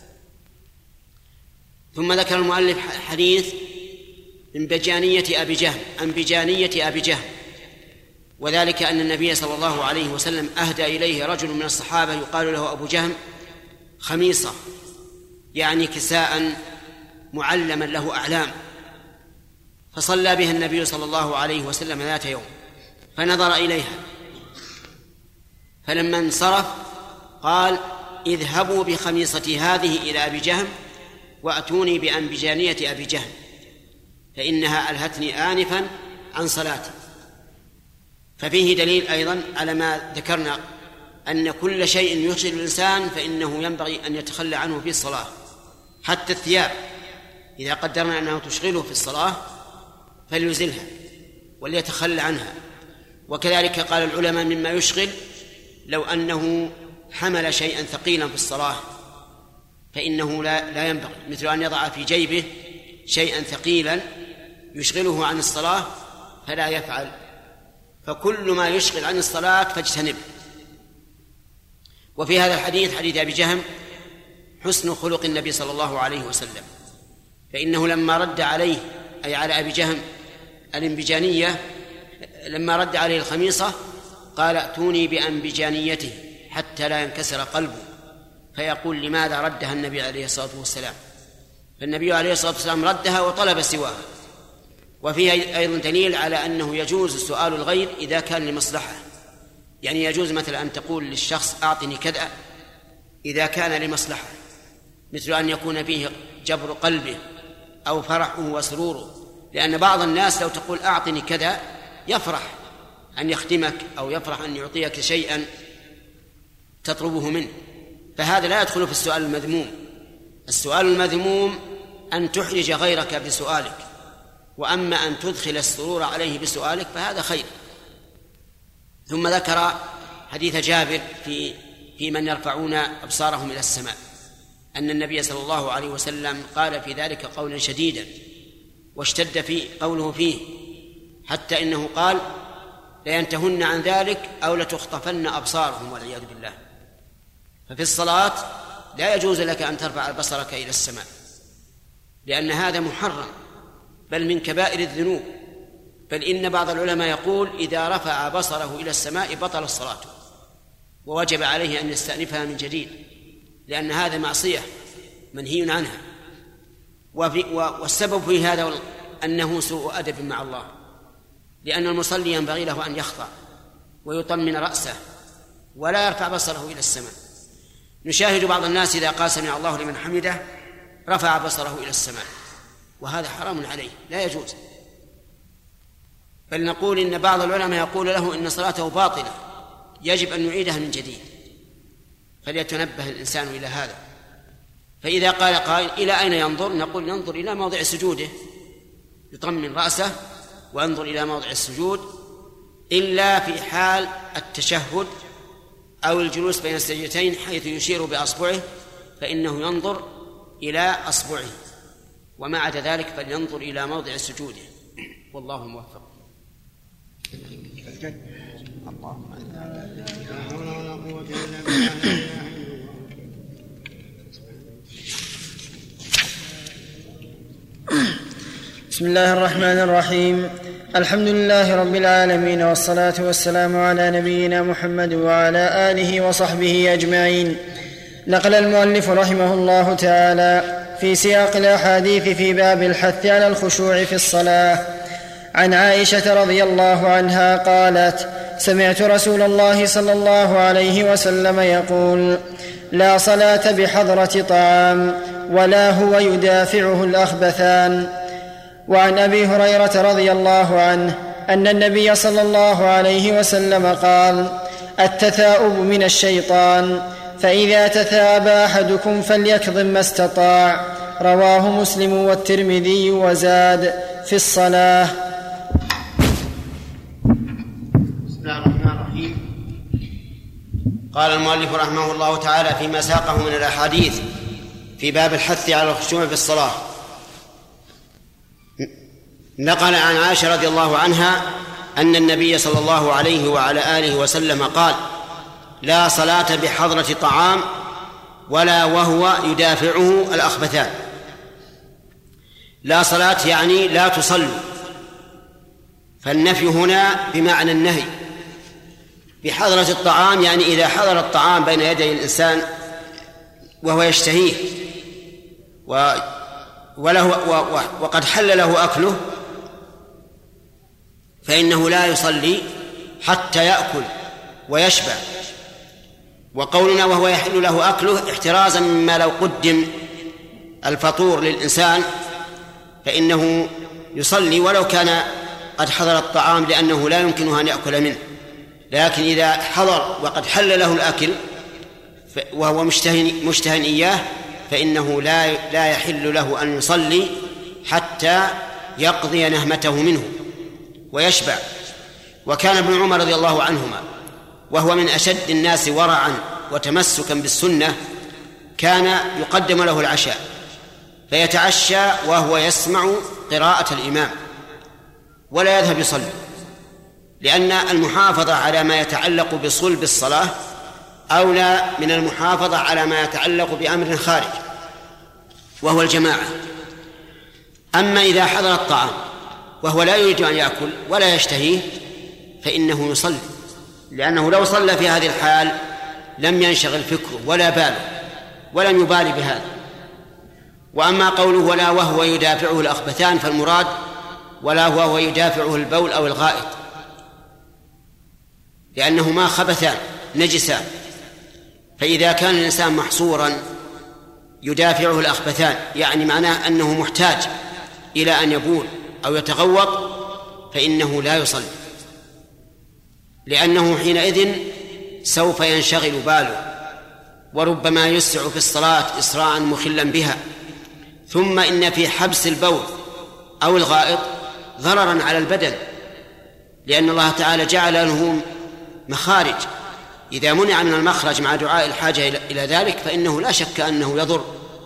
ثم ذكر المؤلف حديث من بجانية أبي جهم، وذلك أن النبي صلى الله عليه وسلم أهدى إليه رجل من الصحابة يقال له أبو جهم خميصة، يعني كساء معلما له أعلام، فصلى بها النبي صلى الله عليه وسلم ذات يوم، فنظر إليها، فلما انصرف قال: اذهبوا بخميصتي هذه إلى أبي جهم وأتوني بأنبجانية أبي جهم، فإنها ألهتني آنفا عن صلاتي. ففيه دليل أيضا على ما ذكرنا، أن كل شيء يشغل الإنسان فإنه ينبغي أن يتخلى عنه في الصلاة، حتى الثياب إذا قدرنا أنه تشغله في الصلاة فليزلها وليتخلى عنها. وكذلك قال العلماء مما يشغل لو أنه حمل شيئا ثقيلا في الصلاة فإنه لا ينبغي، مثل أن يضع في جيبه شيئا ثقيلا يشغله عن الصلاة فلا يفعل. فكل ما يشغل عن الصلاة فاجتنبه. وفي هذا الحديث، حديث أبي جهم، حسن خلق النبي صلى الله عليه وسلم، فإنه لما رد عليه، أي على أبي جهم، الانبجانية، لما رد عليه الخميصة قال: ائتوني بأنبجانيته حتى لا ينكسر قلبه. فيقول: لماذا ردها النبي عليه الصلاة والسلام؟ فالنبي عليه الصلاة والسلام ردها وطلب سواها. وفيه أيضا دليل على أنه يجوز سؤال الغير إذا كان لمصلحة، يعني يجوز مثلا أن تقول للشخص: أعطني كذا، إذا كان لمصلحة، مثل أن يكون فيه جبر قلبه أو فرحه وسروره، لأن بعض الناس لو تقول أعطني كذا يفرح أن يخدمك أو يفرح أن يعطيك شيئا تطلبه منه، فهذا لا يدخل في السؤال المذموم. السؤال المذموم أن تحرج غيرك بسؤالك، وأما أن تدخل السرور عليه بسؤالك فهذا خير. ثم ذكر حديث جابر في من يرفعون أبصارهم إلى السماء، أن النبي صلى الله عليه وسلم قال في ذلك قولا شديدا، واشتد في قوله فيه، حتى إنه قال: لينتهن عن ذلك أو لتخطفن أبصارهم والعياذ بالله. ففي الصلاة لا يجوز لك أن ترفع بصرك إلى السماء، لأن هذا محرم، بل من كبائر الذنوب. بل إن بعض العلماء يقول: إذا رفع بصره إلى السماء بطل الصلاة، ووجب عليه أن يستأنفها من جديد، لأن هذا معصية منهي عنها. والسبب في هذا أنه سوء أدب مع الله، لأن المصلي ينبغي له أن يخضع ويطمن رأسه ولا يرفع بصره إلى السماء. نشاهد بعض الناس إذا قال سمع الله لمن حمده رفع بصره إلى السماء، وهذا حرام عليه، لا يجوز. بل نقول إن بعض العلماء يقول له إن صلاته باطلة، يجب أن يعيدها من جديد. فليتنبه الإنسان إلى هذا. فإذا قال قائل: إلى أين ينظر؟ نقول: ينظر إلى موضع سجوده، يطمن رأسه وينظر إلى موضع السجود، إلا في حال التشهد أو الجلوس بين السجدتين حيث يشير بأصبعه فإنه ينظر إلى أصبعه، وما عدا ذلك فلينظر إلى موضع سجوده، والله موفق.
بسم الله الرحمن الرحيم. الحمد لله رب العالمين، والصلاة والسلام على نبينا محمد وعلى آله وصحبه أجمعين. نقل المؤلف رحمه الله تعالى في سياق الأحاديث في باب الحث على الخشوع في الصلاة عن عائشة رضي الله عنها قالت: سمعت رسول الله صلى الله عليه وسلم يقول: لا صلاة بحضرة طعام ولا هو يدافعه الأخبثان. وعن أبي هريرة رضي الله عنه أن النبي صلى الله عليه وسلم قال: التثاؤب من الشيطان، فإذا تثاءب أحدكم فليكظم ما استطاع. رواه مسلم والترمذي وزاد: في الصلاة.
بسم الله الرحمن الرحيم. قال المؤلف رحمه الله تعالى فيما ساقه من الأحاديث في باب الحث على الخشوع في الصلاة، نقل عن عائشة رضي الله عنها أن النبي صلى الله عليه وعلى آله وسلم قال: لا صلاة بحضرة طعام ولا وهو يدافعه الأخبثان. لا صلاة يعني لا تصلوا، فالنفي هنا بمعنى النهي. بحضرة الطعام يعني إذا حضر الطعام بين يدي الإنسان وهو يشتهيه وقد حل له أكله فإنه لا يصلي حتى يأكل ويشبع. وقولنا وهو يحل له أكله احترازا مما لو قدم الفطور للإنسان فإنه يصلي ولو كان قد حضر الطعام لأنه لا يمكنه أن يأكل منه. لكن إذا حضر وقد حل له الأكل وهو مشتهٍ إياه فإنه لا يحل له أن يصلي حتى يقضي نهمته منه ويشبع. وكان ابن عمر رضي الله عنهما وهو من أشد الناس ورعا وتمسكا بالسنة كان يقدم له العشاء فيتعشى وهو يسمع قراءة الإمام ولا يذهب يصلي، لأن المحافظة على ما يتعلق بصلب الصلاة أولى من المحافظة على ما يتعلق بأمر خارج وهو الجماعة. أما إذا حضر الطعام وهو لا يريد أن يأكل ولا يشتهيه فإنه يصلي، لأنه لو صلى في هذه الحال لم ينشغل فكره ولا باله ولم يبالي بهذا. وأما قوله ولا وهو يدافعه الأخبثان فالمراد ولا وهو يدافعه البول أو الغائط، لأنهما خبثان نجسان. فإذا كان الإنسان محصورا يدافعه الأخبثان يعني معناه أنه محتاج إلى أن يبول أو يتغوط فإنه لا يصلي، لأنه حينئذ سوف ينشغل باله وربما يسرع في الصلاة إسراعا مخلا بها. ثم إن في حبس البول أو الغائط ضررا على البدن، لأن الله تعالى جعل له مخارج، إذا منع من المخرج مع دعاء الحاجة إلى ذلك فإنه لا شك أنه يضر.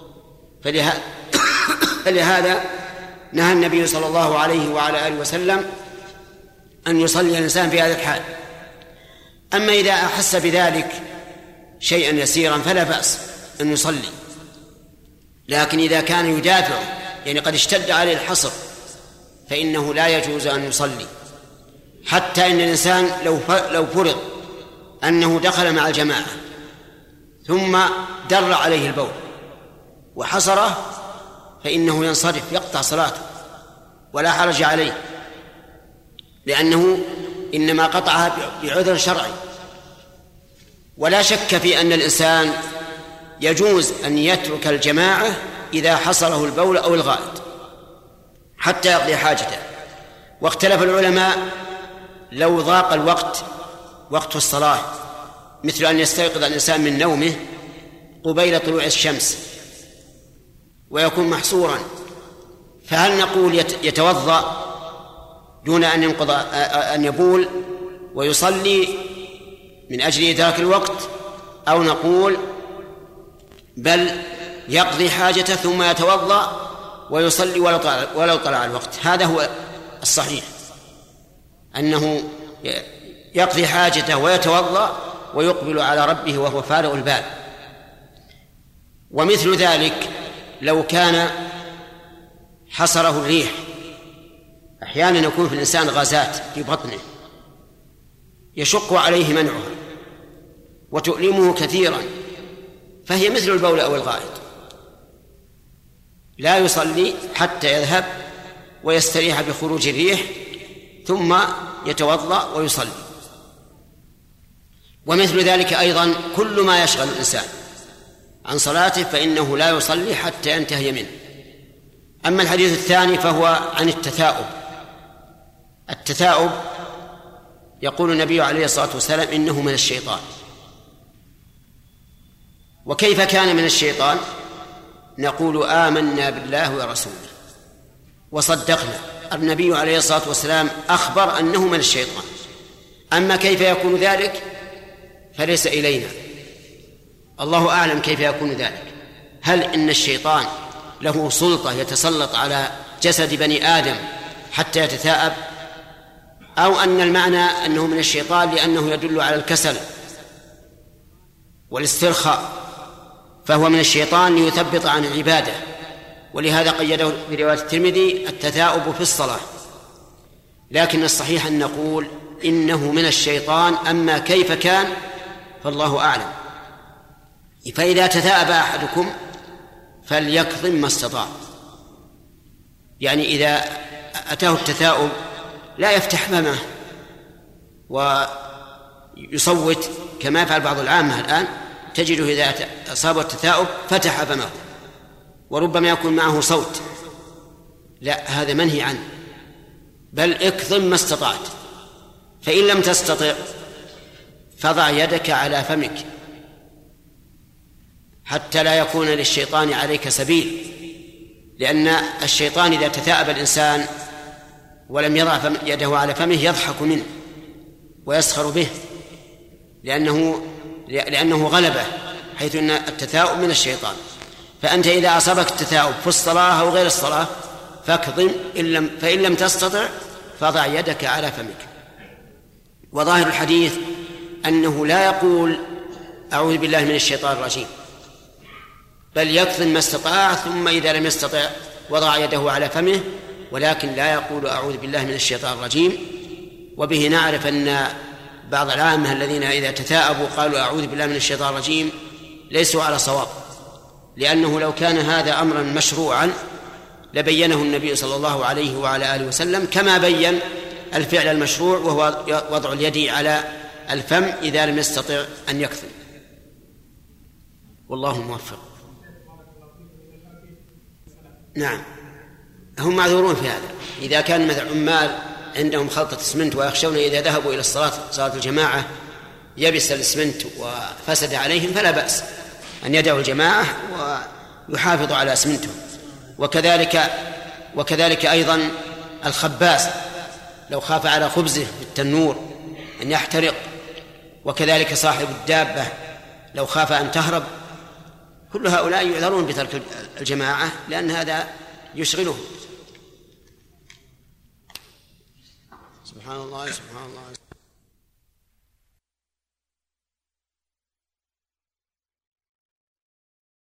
فلهذا نهى النبي صلى الله عليه وعلى آله وسلم أن يصلي الإنسان في هذا الحال. أما إذا أحس بذلك شيئا يسيرا فلا بأس أن يصلي، لكن إذا كان يدافع يعني قد اشتد عليه الحصر فإنه لا يجوز أن يصلي. حتى إن الإنسان لو فرض أنه دخل مع الجماعة ثم در عليه البول وحصره فإنه ينصرف يقطع صلاته ولا حرج عليه، لأنه إنما قطعها بعذر شرعي. ولا شك في أن الإنسان يجوز أن يترك الجماعة إذا حصله البول أو الغائط حتى يقضي حاجته. واختلف العلماء لو ضاق الوقت وقت الصلاة، مثل أن يستيقظ الإنسان من نومه قبيل طلوع الشمس ويكون محصورا، فهل نقول يتوضأ دون أن يبول ويصلي من أجل إدراك الوقت، أو نقول بل يقضي حاجته ثم يتوضأ ويصلي ولو طلع الوقت؟ هذا هو الصحيح، أنه يقضي حاجته ويتوضأ ويقبل على ربه وهو فارغ البال. ومثل ذلك لو كان حصره الريح، أحيانا يكون في الإنسان غازات في بطنه يشق عليه منعها وتؤلمه كثيرا، فهي مثل البول أو الغائط، لا يصلي حتى يذهب ويستريح بخروج الريح ثم يتوضأ ويصلي. ومثل ذلك أيضا كل ما يشغل الإنسان عن صلاته فإنه لا يصلي حتى ينتهي منه. أما الحديث الثاني فهو عن التثاؤب. التثاؤب يقول النبي عليه الصلاة والسلام إنه من الشيطان. وكيف كان من الشيطان؟ نقول آمنا بالله ورسوله وصدقنا. النبي عليه الصلاة والسلام أخبر أنه من الشيطان. أما كيف يكون ذلك فليس إلينا، الله أعلم كيف يكون ذلك. هل إن الشيطان له سلطة يتسلط على جسد بني آدم حتى يتثاءب، أو أن المعنى أنه من الشيطان لأنه يدل على الكسل والاسترخاء، فهو من الشيطان ليثبط عن العبادة. ولهذا قيده في رواية الترمذي التثاؤب في الصلاة. لكن الصحيح أن نقول إنه من الشيطان، أما كيف كان فالله أعلم. فإذا تثاءب أحدكم فليكظم ما استطاع، يعني إذا أتاه التثاؤب لا يفتح فمه ويصوت كما يفعل بعض العامة الآن، تجده إذا أصاب التثاؤب فتح فمه وربما يكون معه صوت. لا، هذا منهي عنه، بل اكظم ما استطعت، فإن لم تستطع فضع يدك على فمك حتى لا يكون للشيطان عليك سبيل، لأن الشيطان إذا تثاءب الإنسان ولم يضع يده على فمه يضحك منه ويسخر به، لأنه غلبه، حيث أن التثاؤب من الشيطان. فأنت إذا أصابك التثاؤب في الصلاة أو غير الصلاة فاكظم، فإن لم تستطع فضع يدك على فمك. وظاهر الحديث أنه لا يقول أعوذ بالله من الشيطان الرجيم، بل يكظم ما استطاع، ثم إذا لم يستطع وضع يده على فمه، ولكن لا يقول أعوذ بالله من الشيطان الرجيم. وبه نعرف أن بعض العامة الذين إذا تثاءبوا قالوا أعوذ بالله من الشيطان الرجيم ليسوا على صواب، لأنه لو كان هذا أمرا مشروعا لبينه النبي صلى الله عليه وعلى آله وسلم، كما بين الفعل المشروع وهو وضع اليد على الفم إذا لم يستطع أن يكظم. والله موفق. نعم، هم معذورون في هذا. إذا كان مثل عمال عندهم خلطة اسمنت ويخشون إذا ذهبوا إلى صلاة الجماعة يبس الاسمنت وفسد عليهم، فلا بأس أن يدعوا الجماعة ويحافظوا على اسمنتهم. وكذلك أيضا الخباز لو خاف على خبزه في التنور أن يحترق، وكذلك صاحب الدابة لو خاف أن تهرب، كل هؤلاء يعذرون بترك الجماعة لأن هذا يشغلهم. سبحان الله سبحان الله.